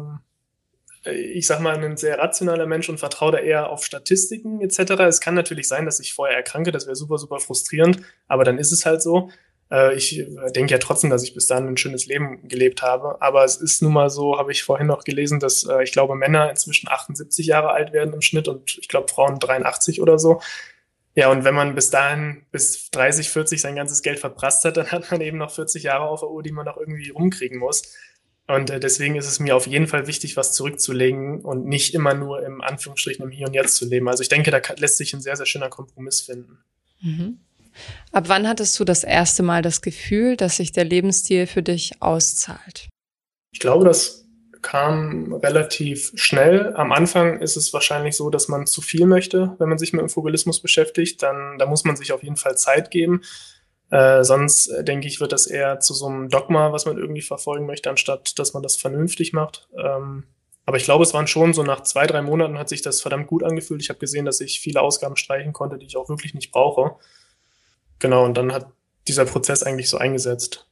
ich sag mal, ein sehr rationaler Mensch und vertraue da eher auf Statistiken etc. Es kann natürlich sein, dass ich vorher erkranke, das wäre super, super frustrierend, aber dann ist es halt so. Ich denke ja trotzdem, dass ich bis dahin ein schönes Leben gelebt habe, aber es ist nun mal so, habe ich vorhin noch gelesen, dass ich glaube, Männer inzwischen 78 Jahre alt werden im Schnitt und ich glaube, Frauen 83 oder so. Ja, und wenn man bis dahin, bis 30, 40 sein ganzes Geld verprasst hat, dann hat man eben noch 40 Jahre auf der Uhr, die man noch irgendwie rumkriegen muss. Und deswegen ist es mir auf jeden Fall wichtig, was zurückzulegen und nicht immer nur im Anführungsstrichen im Hier und Jetzt zu leben. Also ich denke, lässt sich ein sehr, sehr schöner Kompromiss finden. Mhm. Ab wann hattest du das erste Mal das Gefühl, dass sich der Lebensstil für dich auszahlt? Ich glaube, das kam relativ schnell. Am Anfang ist es wahrscheinlich so, dass man zu viel möchte, wenn man sich mit dem Frugalismus beschäftigt. Da muss man sich auf jeden Fall Zeit geben. Sonst denke ich, wird das eher zu so einem Dogma, was man irgendwie verfolgen möchte, anstatt dass man das vernünftig macht. Aber ich glaube, es waren schon so nach 2, 3 Monaten hat sich das verdammt gut angefühlt. Ich habe gesehen, dass ich viele Ausgaben streichen konnte, die ich auch wirklich nicht brauche. Genau, und dann hat dieser Prozess eigentlich so eingesetzt.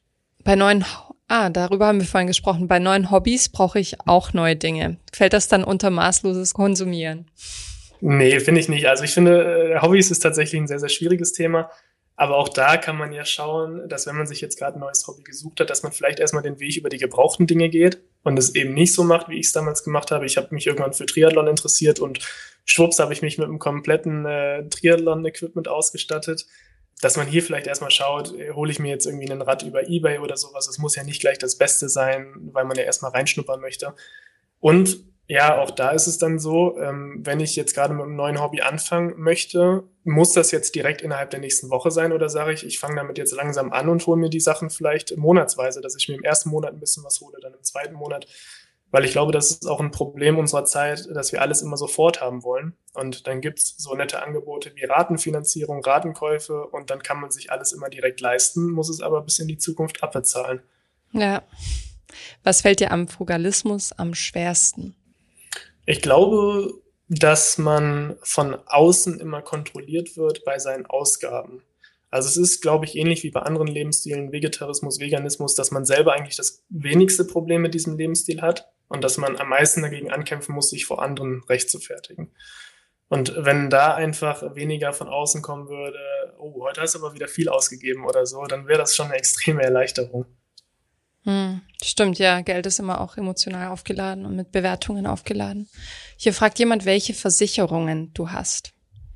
Darüber haben wir vorhin gesprochen. Bei neuen Hobbys brauche ich auch neue Dinge. Fällt das dann unter maßloses Konsumieren? Nee, finde ich nicht. Also ich finde, Hobbys ist tatsächlich ein sehr, sehr schwieriges Thema. Aber auch da kann man ja schauen, dass wenn man sich jetzt gerade ein neues Hobby gesucht hat, dass man vielleicht erstmal den Weg über die gebrauchten Dinge geht und es eben nicht so macht, wie ich es damals gemacht habe. Ich habe mich irgendwann für Triathlon interessiert und schwupps habe ich mich mit einem kompletten Triathlon-Equipment ausgestattet. Dass man hier vielleicht erstmal schaut, hole ich mir jetzt irgendwie ein Rad über eBay oder sowas. Es muss ja nicht gleich das Beste sein, weil man ja erstmal reinschnuppern möchte. Und ja, auch da ist es dann so, wenn ich jetzt gerade mit einem neuen Hobby anfangen möchte, muss das jetzt direkt innerhalb der nächsten Woche sein oder sage ich, ich fange damit jetzt langsam an und hole mir die Sachen vielleicht monatsweise, dass ich mir im ersten Monat ein bisschen was hole, dann im zweiten Monat. Weil ich glaube, das ist auch ein Problem unserer Zeit, dass wir alles immer sofort haben wollen. Und dann gibt's so nette Angebote wie Ratenfinanzierung, Ratenkäufe und dann kann man sich alles immer direkt leisten, muss es aber bis in die Zukunft abbezahlen. Ja. Was fällt dir am Frugalismus am schwersten? Ich glaube, dass man von außen immer kontrolliert wird bei seinen Ausgaben. Also es ist, glaube ich, ähnlich wie bei anderen Lebensstilen, Vegetarismus, Veganismus, dass man selber eigentlich das wenigste Problem mit diesem Lebensstil hat und dass man am meisten dagegen ankämpfen muss, sich vor anderen rechtfertigen. Und wenn da einfach weniger von außen kommen würde, oh, heute hast du aber wieder viel ausgegeben oder so, dann wäre das schon eine extreme Erleichterung. Stimmt, ja. Geld ist immer auch emotional aufgeladen und mit Bewertungen aufgeladen. Hier fragt jemand, welche Versicherungen du hast.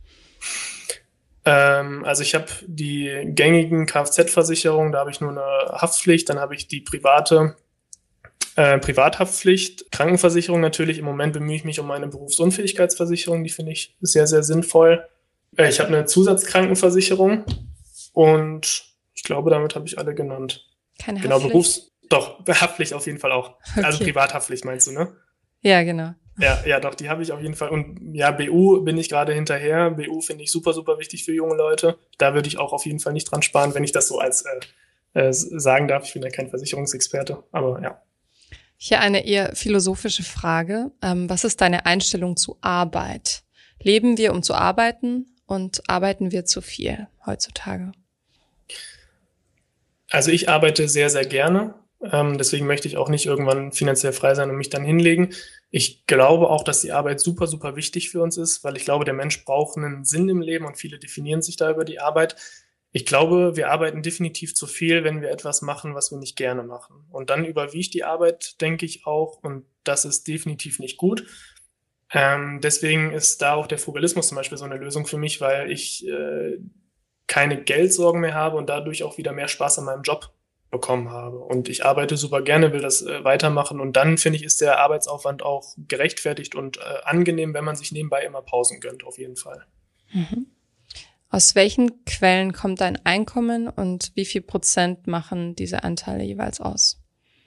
Also ich habe die gängigen Kfz-Versicherungen, da habe ich nur eine Haftpflicht, dann habe ich die private Privathaftpflicht, Krankenversicherung natürlich. Im Moment bemühe ich mich um meine Berufsunfähigkeitsversicherung, die finde ich sehr, sehr sinnvoll. Ich habe eine Zusatzkrankenversicherung und ich glaube, damit habe ich alle genannt. Keine Genau, Haftpflicht? Doch, Haftpflicht auf jeden Fall auch. Okay. Also Privathaftpflicht meinst du, ne? Ja, genau. Ja, doch, die habe ich auf jeden Fall. Und ja, BU bin ich gerade hinterher. BU finde ich super, super wichtig für junge Leute. Da würde ich auch auf jeden Fall nicht dran sparen, wenn ich das so als sagen darf. Ich bin ja kein Versicherungsexperte, aber ja. Hier eine eher philosophische Frage. Was ist deine Einstellung zu Arbeit? Leben wir, um zu arbeiten, und arbeiten wir zu viel heutzutage? Also ich arbeite sehr, sehr gerne. Deswegen möchte ich auch nicht irgendwann finanziell frei sein und mich dann hinlegen. Ich glaube auch, dass die Arbeit super, super wichtig für uns ist, weil ich glaube, der Mensch braucht einen Sinn im Leben und viele definieren sich da über die Arbeit. Ich glaube, wir arbeiten definitiv zu viel, wenn wir etwas machen, was wir nicht gerne machen. Und dann überwiegt die Arbeit, denke ich auch, und das ist definitiv nicht gut. Deswegen ist da auch der Frugalismus zum Beispiel so eine Lösung für mich, weil ich keine Geldsorgen mehr habe und dadurch auch wieder mehr Spaß an meinem Job bekommen habe. Und ich arbeite super gerne, will das weitermachen. Und dann, finde ich, ist der Arbeitsaufwand auch gerechtfertigt und angenehm, wenn man sich nebenbei immer Pausen gönnt, auf jeden Fall. Mhm. Aus welchen Quellen kommt dein Einkommen und wie viel Prozent machen diese Anteile jeweils aus?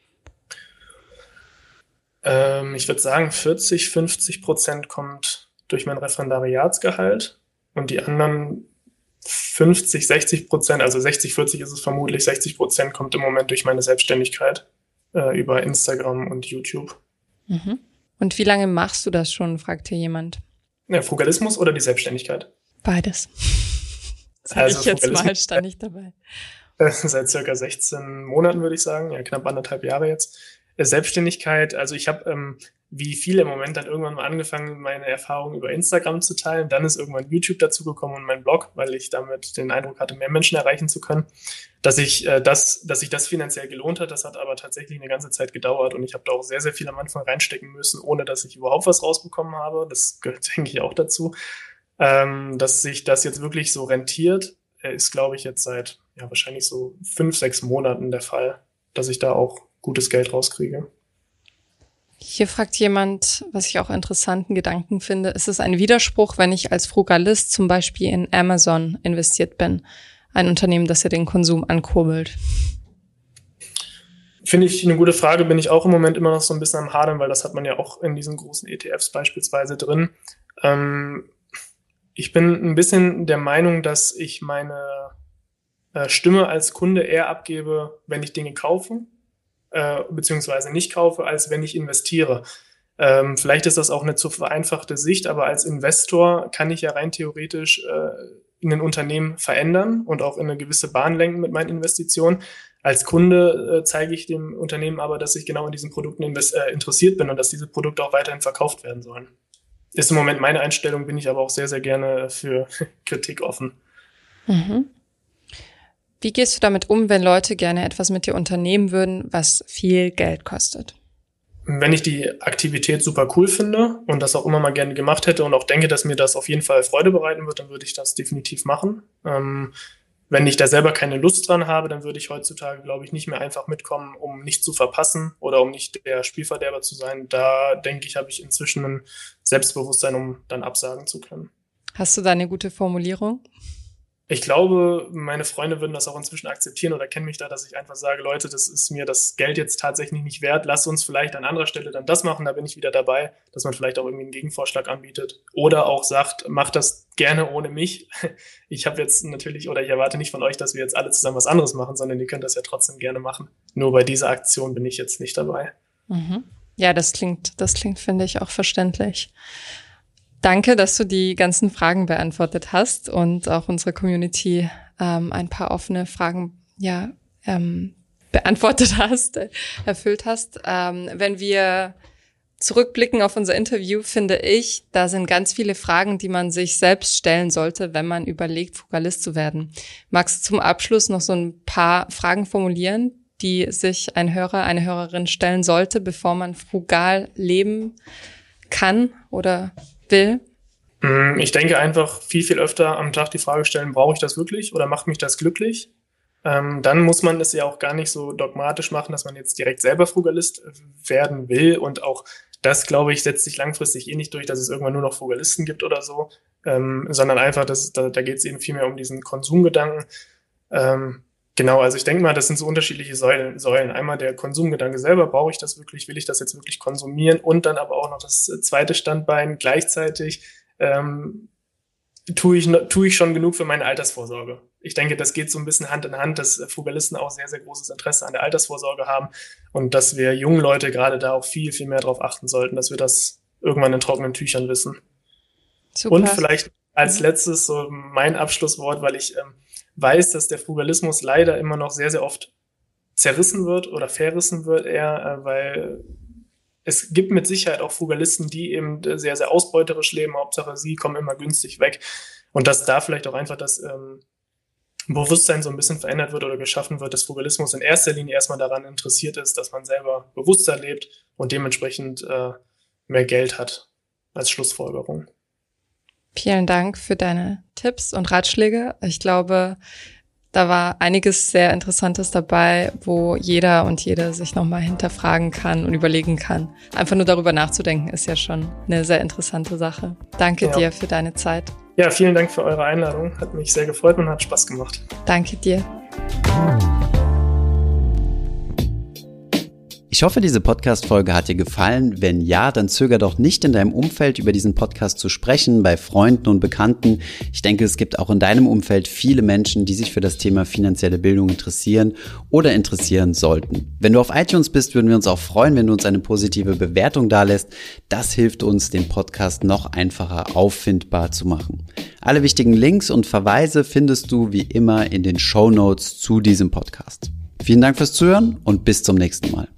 Ich würde sagen, 40-50% kommt durch mein Referendariatsgehalt und die anderen 50-60%, also 60-40 ist es vermutlich, 60% kommt im Moment durch meine Selbstständigkeit über Instagram und YouTube. Mhm. Und wie lange machst du das schon, fragt hier jemand. Ja, Frugalismus oder die Selbstständigkeit? Beides. Sag Also ich jetzt mal, stand nicht dabei. Seit circa 16 Monaten, würde ich sagen, ja, knapp 1,5 Jahre jetzt. Selbstständigkeit, also ich habe wie viele im Moment dann irgendwann mal angefangen, meine Erfahrungen über Instagram zu teilen. Dann ist irgendwann YouTube dazugekommen und mein Blog, weil ich damit den Eindruck hatte, mehr Menschen erreichen zu können. Dass sich das finanziell gelohnt hat, das hat aber tatsächlich eine ganze Zeit gedauert und ich habe da auch sehr, sehr viel am Anfang reinstecken müssen, ohne dass ich überhaupt was rausbekommen habe. Das gehört, denke ich, auch dazu. Dass sich das jetzt wirklich so rentiert, ist, glaube ich, jetzt seit wahrscheinlich so 5-6 Monaten der Fall, dass ich da auch gutes Geld rauskriege. Hier fragt jemand, was ich auch interessanten Gedanken finde, ist es ein Widerspruch, wenn ich als Frugalist zum Beispiel in Amazon investiert bin, ein Unternehmen, das ja den Konsum ankurbelt? Finde ich eine gute Frage, bin ich auch im Moment immer noch so ein bisschen am Hadern, weil das hat man ja auch in diesen großen ETFs beispielsweise drin. Ich bin ein bisschen der Meinung, dass ich meine Stimme als Kunde eher abgebe, wenn ich Dinge kaufe, beziehungsweise nicht kaufe, als wenn ich investiere. Vielleicht ist das auch eine zu vereinfachte Sicht, aber als Investor kann ich ja rein theoretisch ein Unternehmen verändern und auch in eine gewisse Bahn lenken mit meinen Investitionen. Als Kunde zeige ich dem Unternehmen aber, dass ich genau in diesen Produkten interessiert bin und dass diese Produkte auch weiterhin verkauft werden sollen. Ist im Moment meine Einstellung, bin ich aber auch sehr, sehr gerne für Kritik offen. Mhm. Wie gehst du damit um, wenn Leute gerne etwas mit dir unternehmen würden, was viel Geld kostet? Wenn ich die Aktivität super cool finde und das auch immer mal gerne gemacht hätte und auch denke, dass mir das auf jeden Fall Freude bereiten wird, dann würde ich das definitiv machen. Wenn ich da selber keine Lust dran habe, dann würde ich heutzutage, glaube ich, nicht mehr einfach mitkommen, um nicht zu verpassen oder um nicht der Spielverderber zu sein. Da denke ich, habe ich inzwischen ein Selbstbewusstsein, um dann absagen zu können. Hast du da eine gute Formulierung? Ich glaube, meine Freunde würden das auch inzwischen akzeptieren oder kennen mich da, dass ich einfach sage, Leute, das ist mir das Geld jetzt tatsächlich nicht wert. Lasst uns vielleicht an anderer Stelle dann das machen, da bin ich wieder dabei, dass man vielleicht auch irgendwie einen Gegenvorschlag anbietet oder auch sagt, macht das gerne ohne mich. Ich habe jetzt natürlich, oder ich erwarte nicht von euch, dass wir jetzt alle zusammen was anderes machen, sondern ihr könnt das ja trotzdem gerne machen. Nur bei dieser Aktion bin ich jetzt nicht dabei. Mhm. Ja, das klingt, finde ich, auch verständlich. Danke, dass du die ganzen Fragen beantwortet hast und auch unsere Community ein paar offene Fragen beantwortet hast, erfüllt hast. Wenn wir zurückblicken auf unser Interview, finde ich, da sind ganz viele Fragen, die man sich selbst stellen sollte, wenn man überlegt, Frugalist zu werden. Magst du zum Abschluss noch so ein paar Fragen formulieren, die sich ein Hörer, eine Hörerin stellen sollte, bevor man frugal leben kann oder will? Ich denke einfach viel, viel öfter am Tag die Frage stellen, brauche ich das wirklich oder macht mich das glücklich? Dann muss man es ja auch gar nicht so dogmatisch machen, dass man jetzt direkt selber Frugalist werden will. Und auch das, glaube ich, setzt sich langfristig nicht durch, dass es irgendwann nur noch Frugalisten gibt oder so, sondern einfach, da geht es eben viel mehr um diesen Konsumgedanken. Genau, also ich denke mal, das sind so unterschiedliche Säulen. Einmal der Konsumgedanke selber, brauche ich das wirklich, will ich das jetzt wirklich konsumieren? Und dann aber auch noch das zweite Standbein, gleichzeitig tue ich schon genug für meine Altersvorsorge. Ich denke, das geht so ein bisschen Hand in Hand, dass Frugalisten auch sehr, sehr großes Interesse an der Altersvorsorge haben und dass wir jungen Leute gerade da auch viel, viel mehr drauf achten sollten, dass wir das irgendwann in trockenen Tüchern wissen. Super. Und vielleicht als letztes so mein Abschlusswort, weil ich weiß, dass der Frugalismus leider immer noch sehr, sehr oft zerrissen wird oder verrissen wird eher, weil es gibt mit Sicherheit auch Frugalisten, die eben sehr, sehr ausbeuterisch leben. Hauptsache, sie kommen immer günstig weg. Und dass da vielleicht auch einfach das Bewusstsein so ein bisschen verändert wird oder geschaffen wird, dass Frugalismus in erster Linie erstmal daran interessiert ist, dass man selber bewusster lebt und dementsprechend mehr Geld hat als Schlussfolgerung. Vielen Dank für deine Tipps und Ratschläge. Ich glaube, da war einiges sehr Interessantes dabei, wo jeder und jede sich nochmal hinterfragen kann und überlegen kann. Einfach nur darüber nachzudenken, ist ja schon eine sehr interessante Sache. Danke dir für deine Zeit. Ja, vielen Dank für eure Einladung. Hat mich sehr gefreut und hat Spaß gemacht. Danke dir. Ich hoffe, diese Podcast-Folge hat dir gefallen. Wenn ja, dann zöger doch nicht, in deinem Umfeld über diesen Podcast zu sprechen, bei Freunden und Bekannten. Ich denke, es gibt auch in deinem Umfeld viele Menschen, die sich für das Thema finanzielle Bildung interessieren oder interessieren sollten. Wenn du auf iTunes bist, würden wir uns auch freuen, wenn du uns eine positive Bewertung dalässt. Das hilft uns, den Podcast noch einfacher auffindbar zu machen. Alle wichtigen Links und Verweise findest du wie immer in den Shownotes zu diesem Podcast. Vielen Dank fürs Zuhören und bis zum nächsten Mal.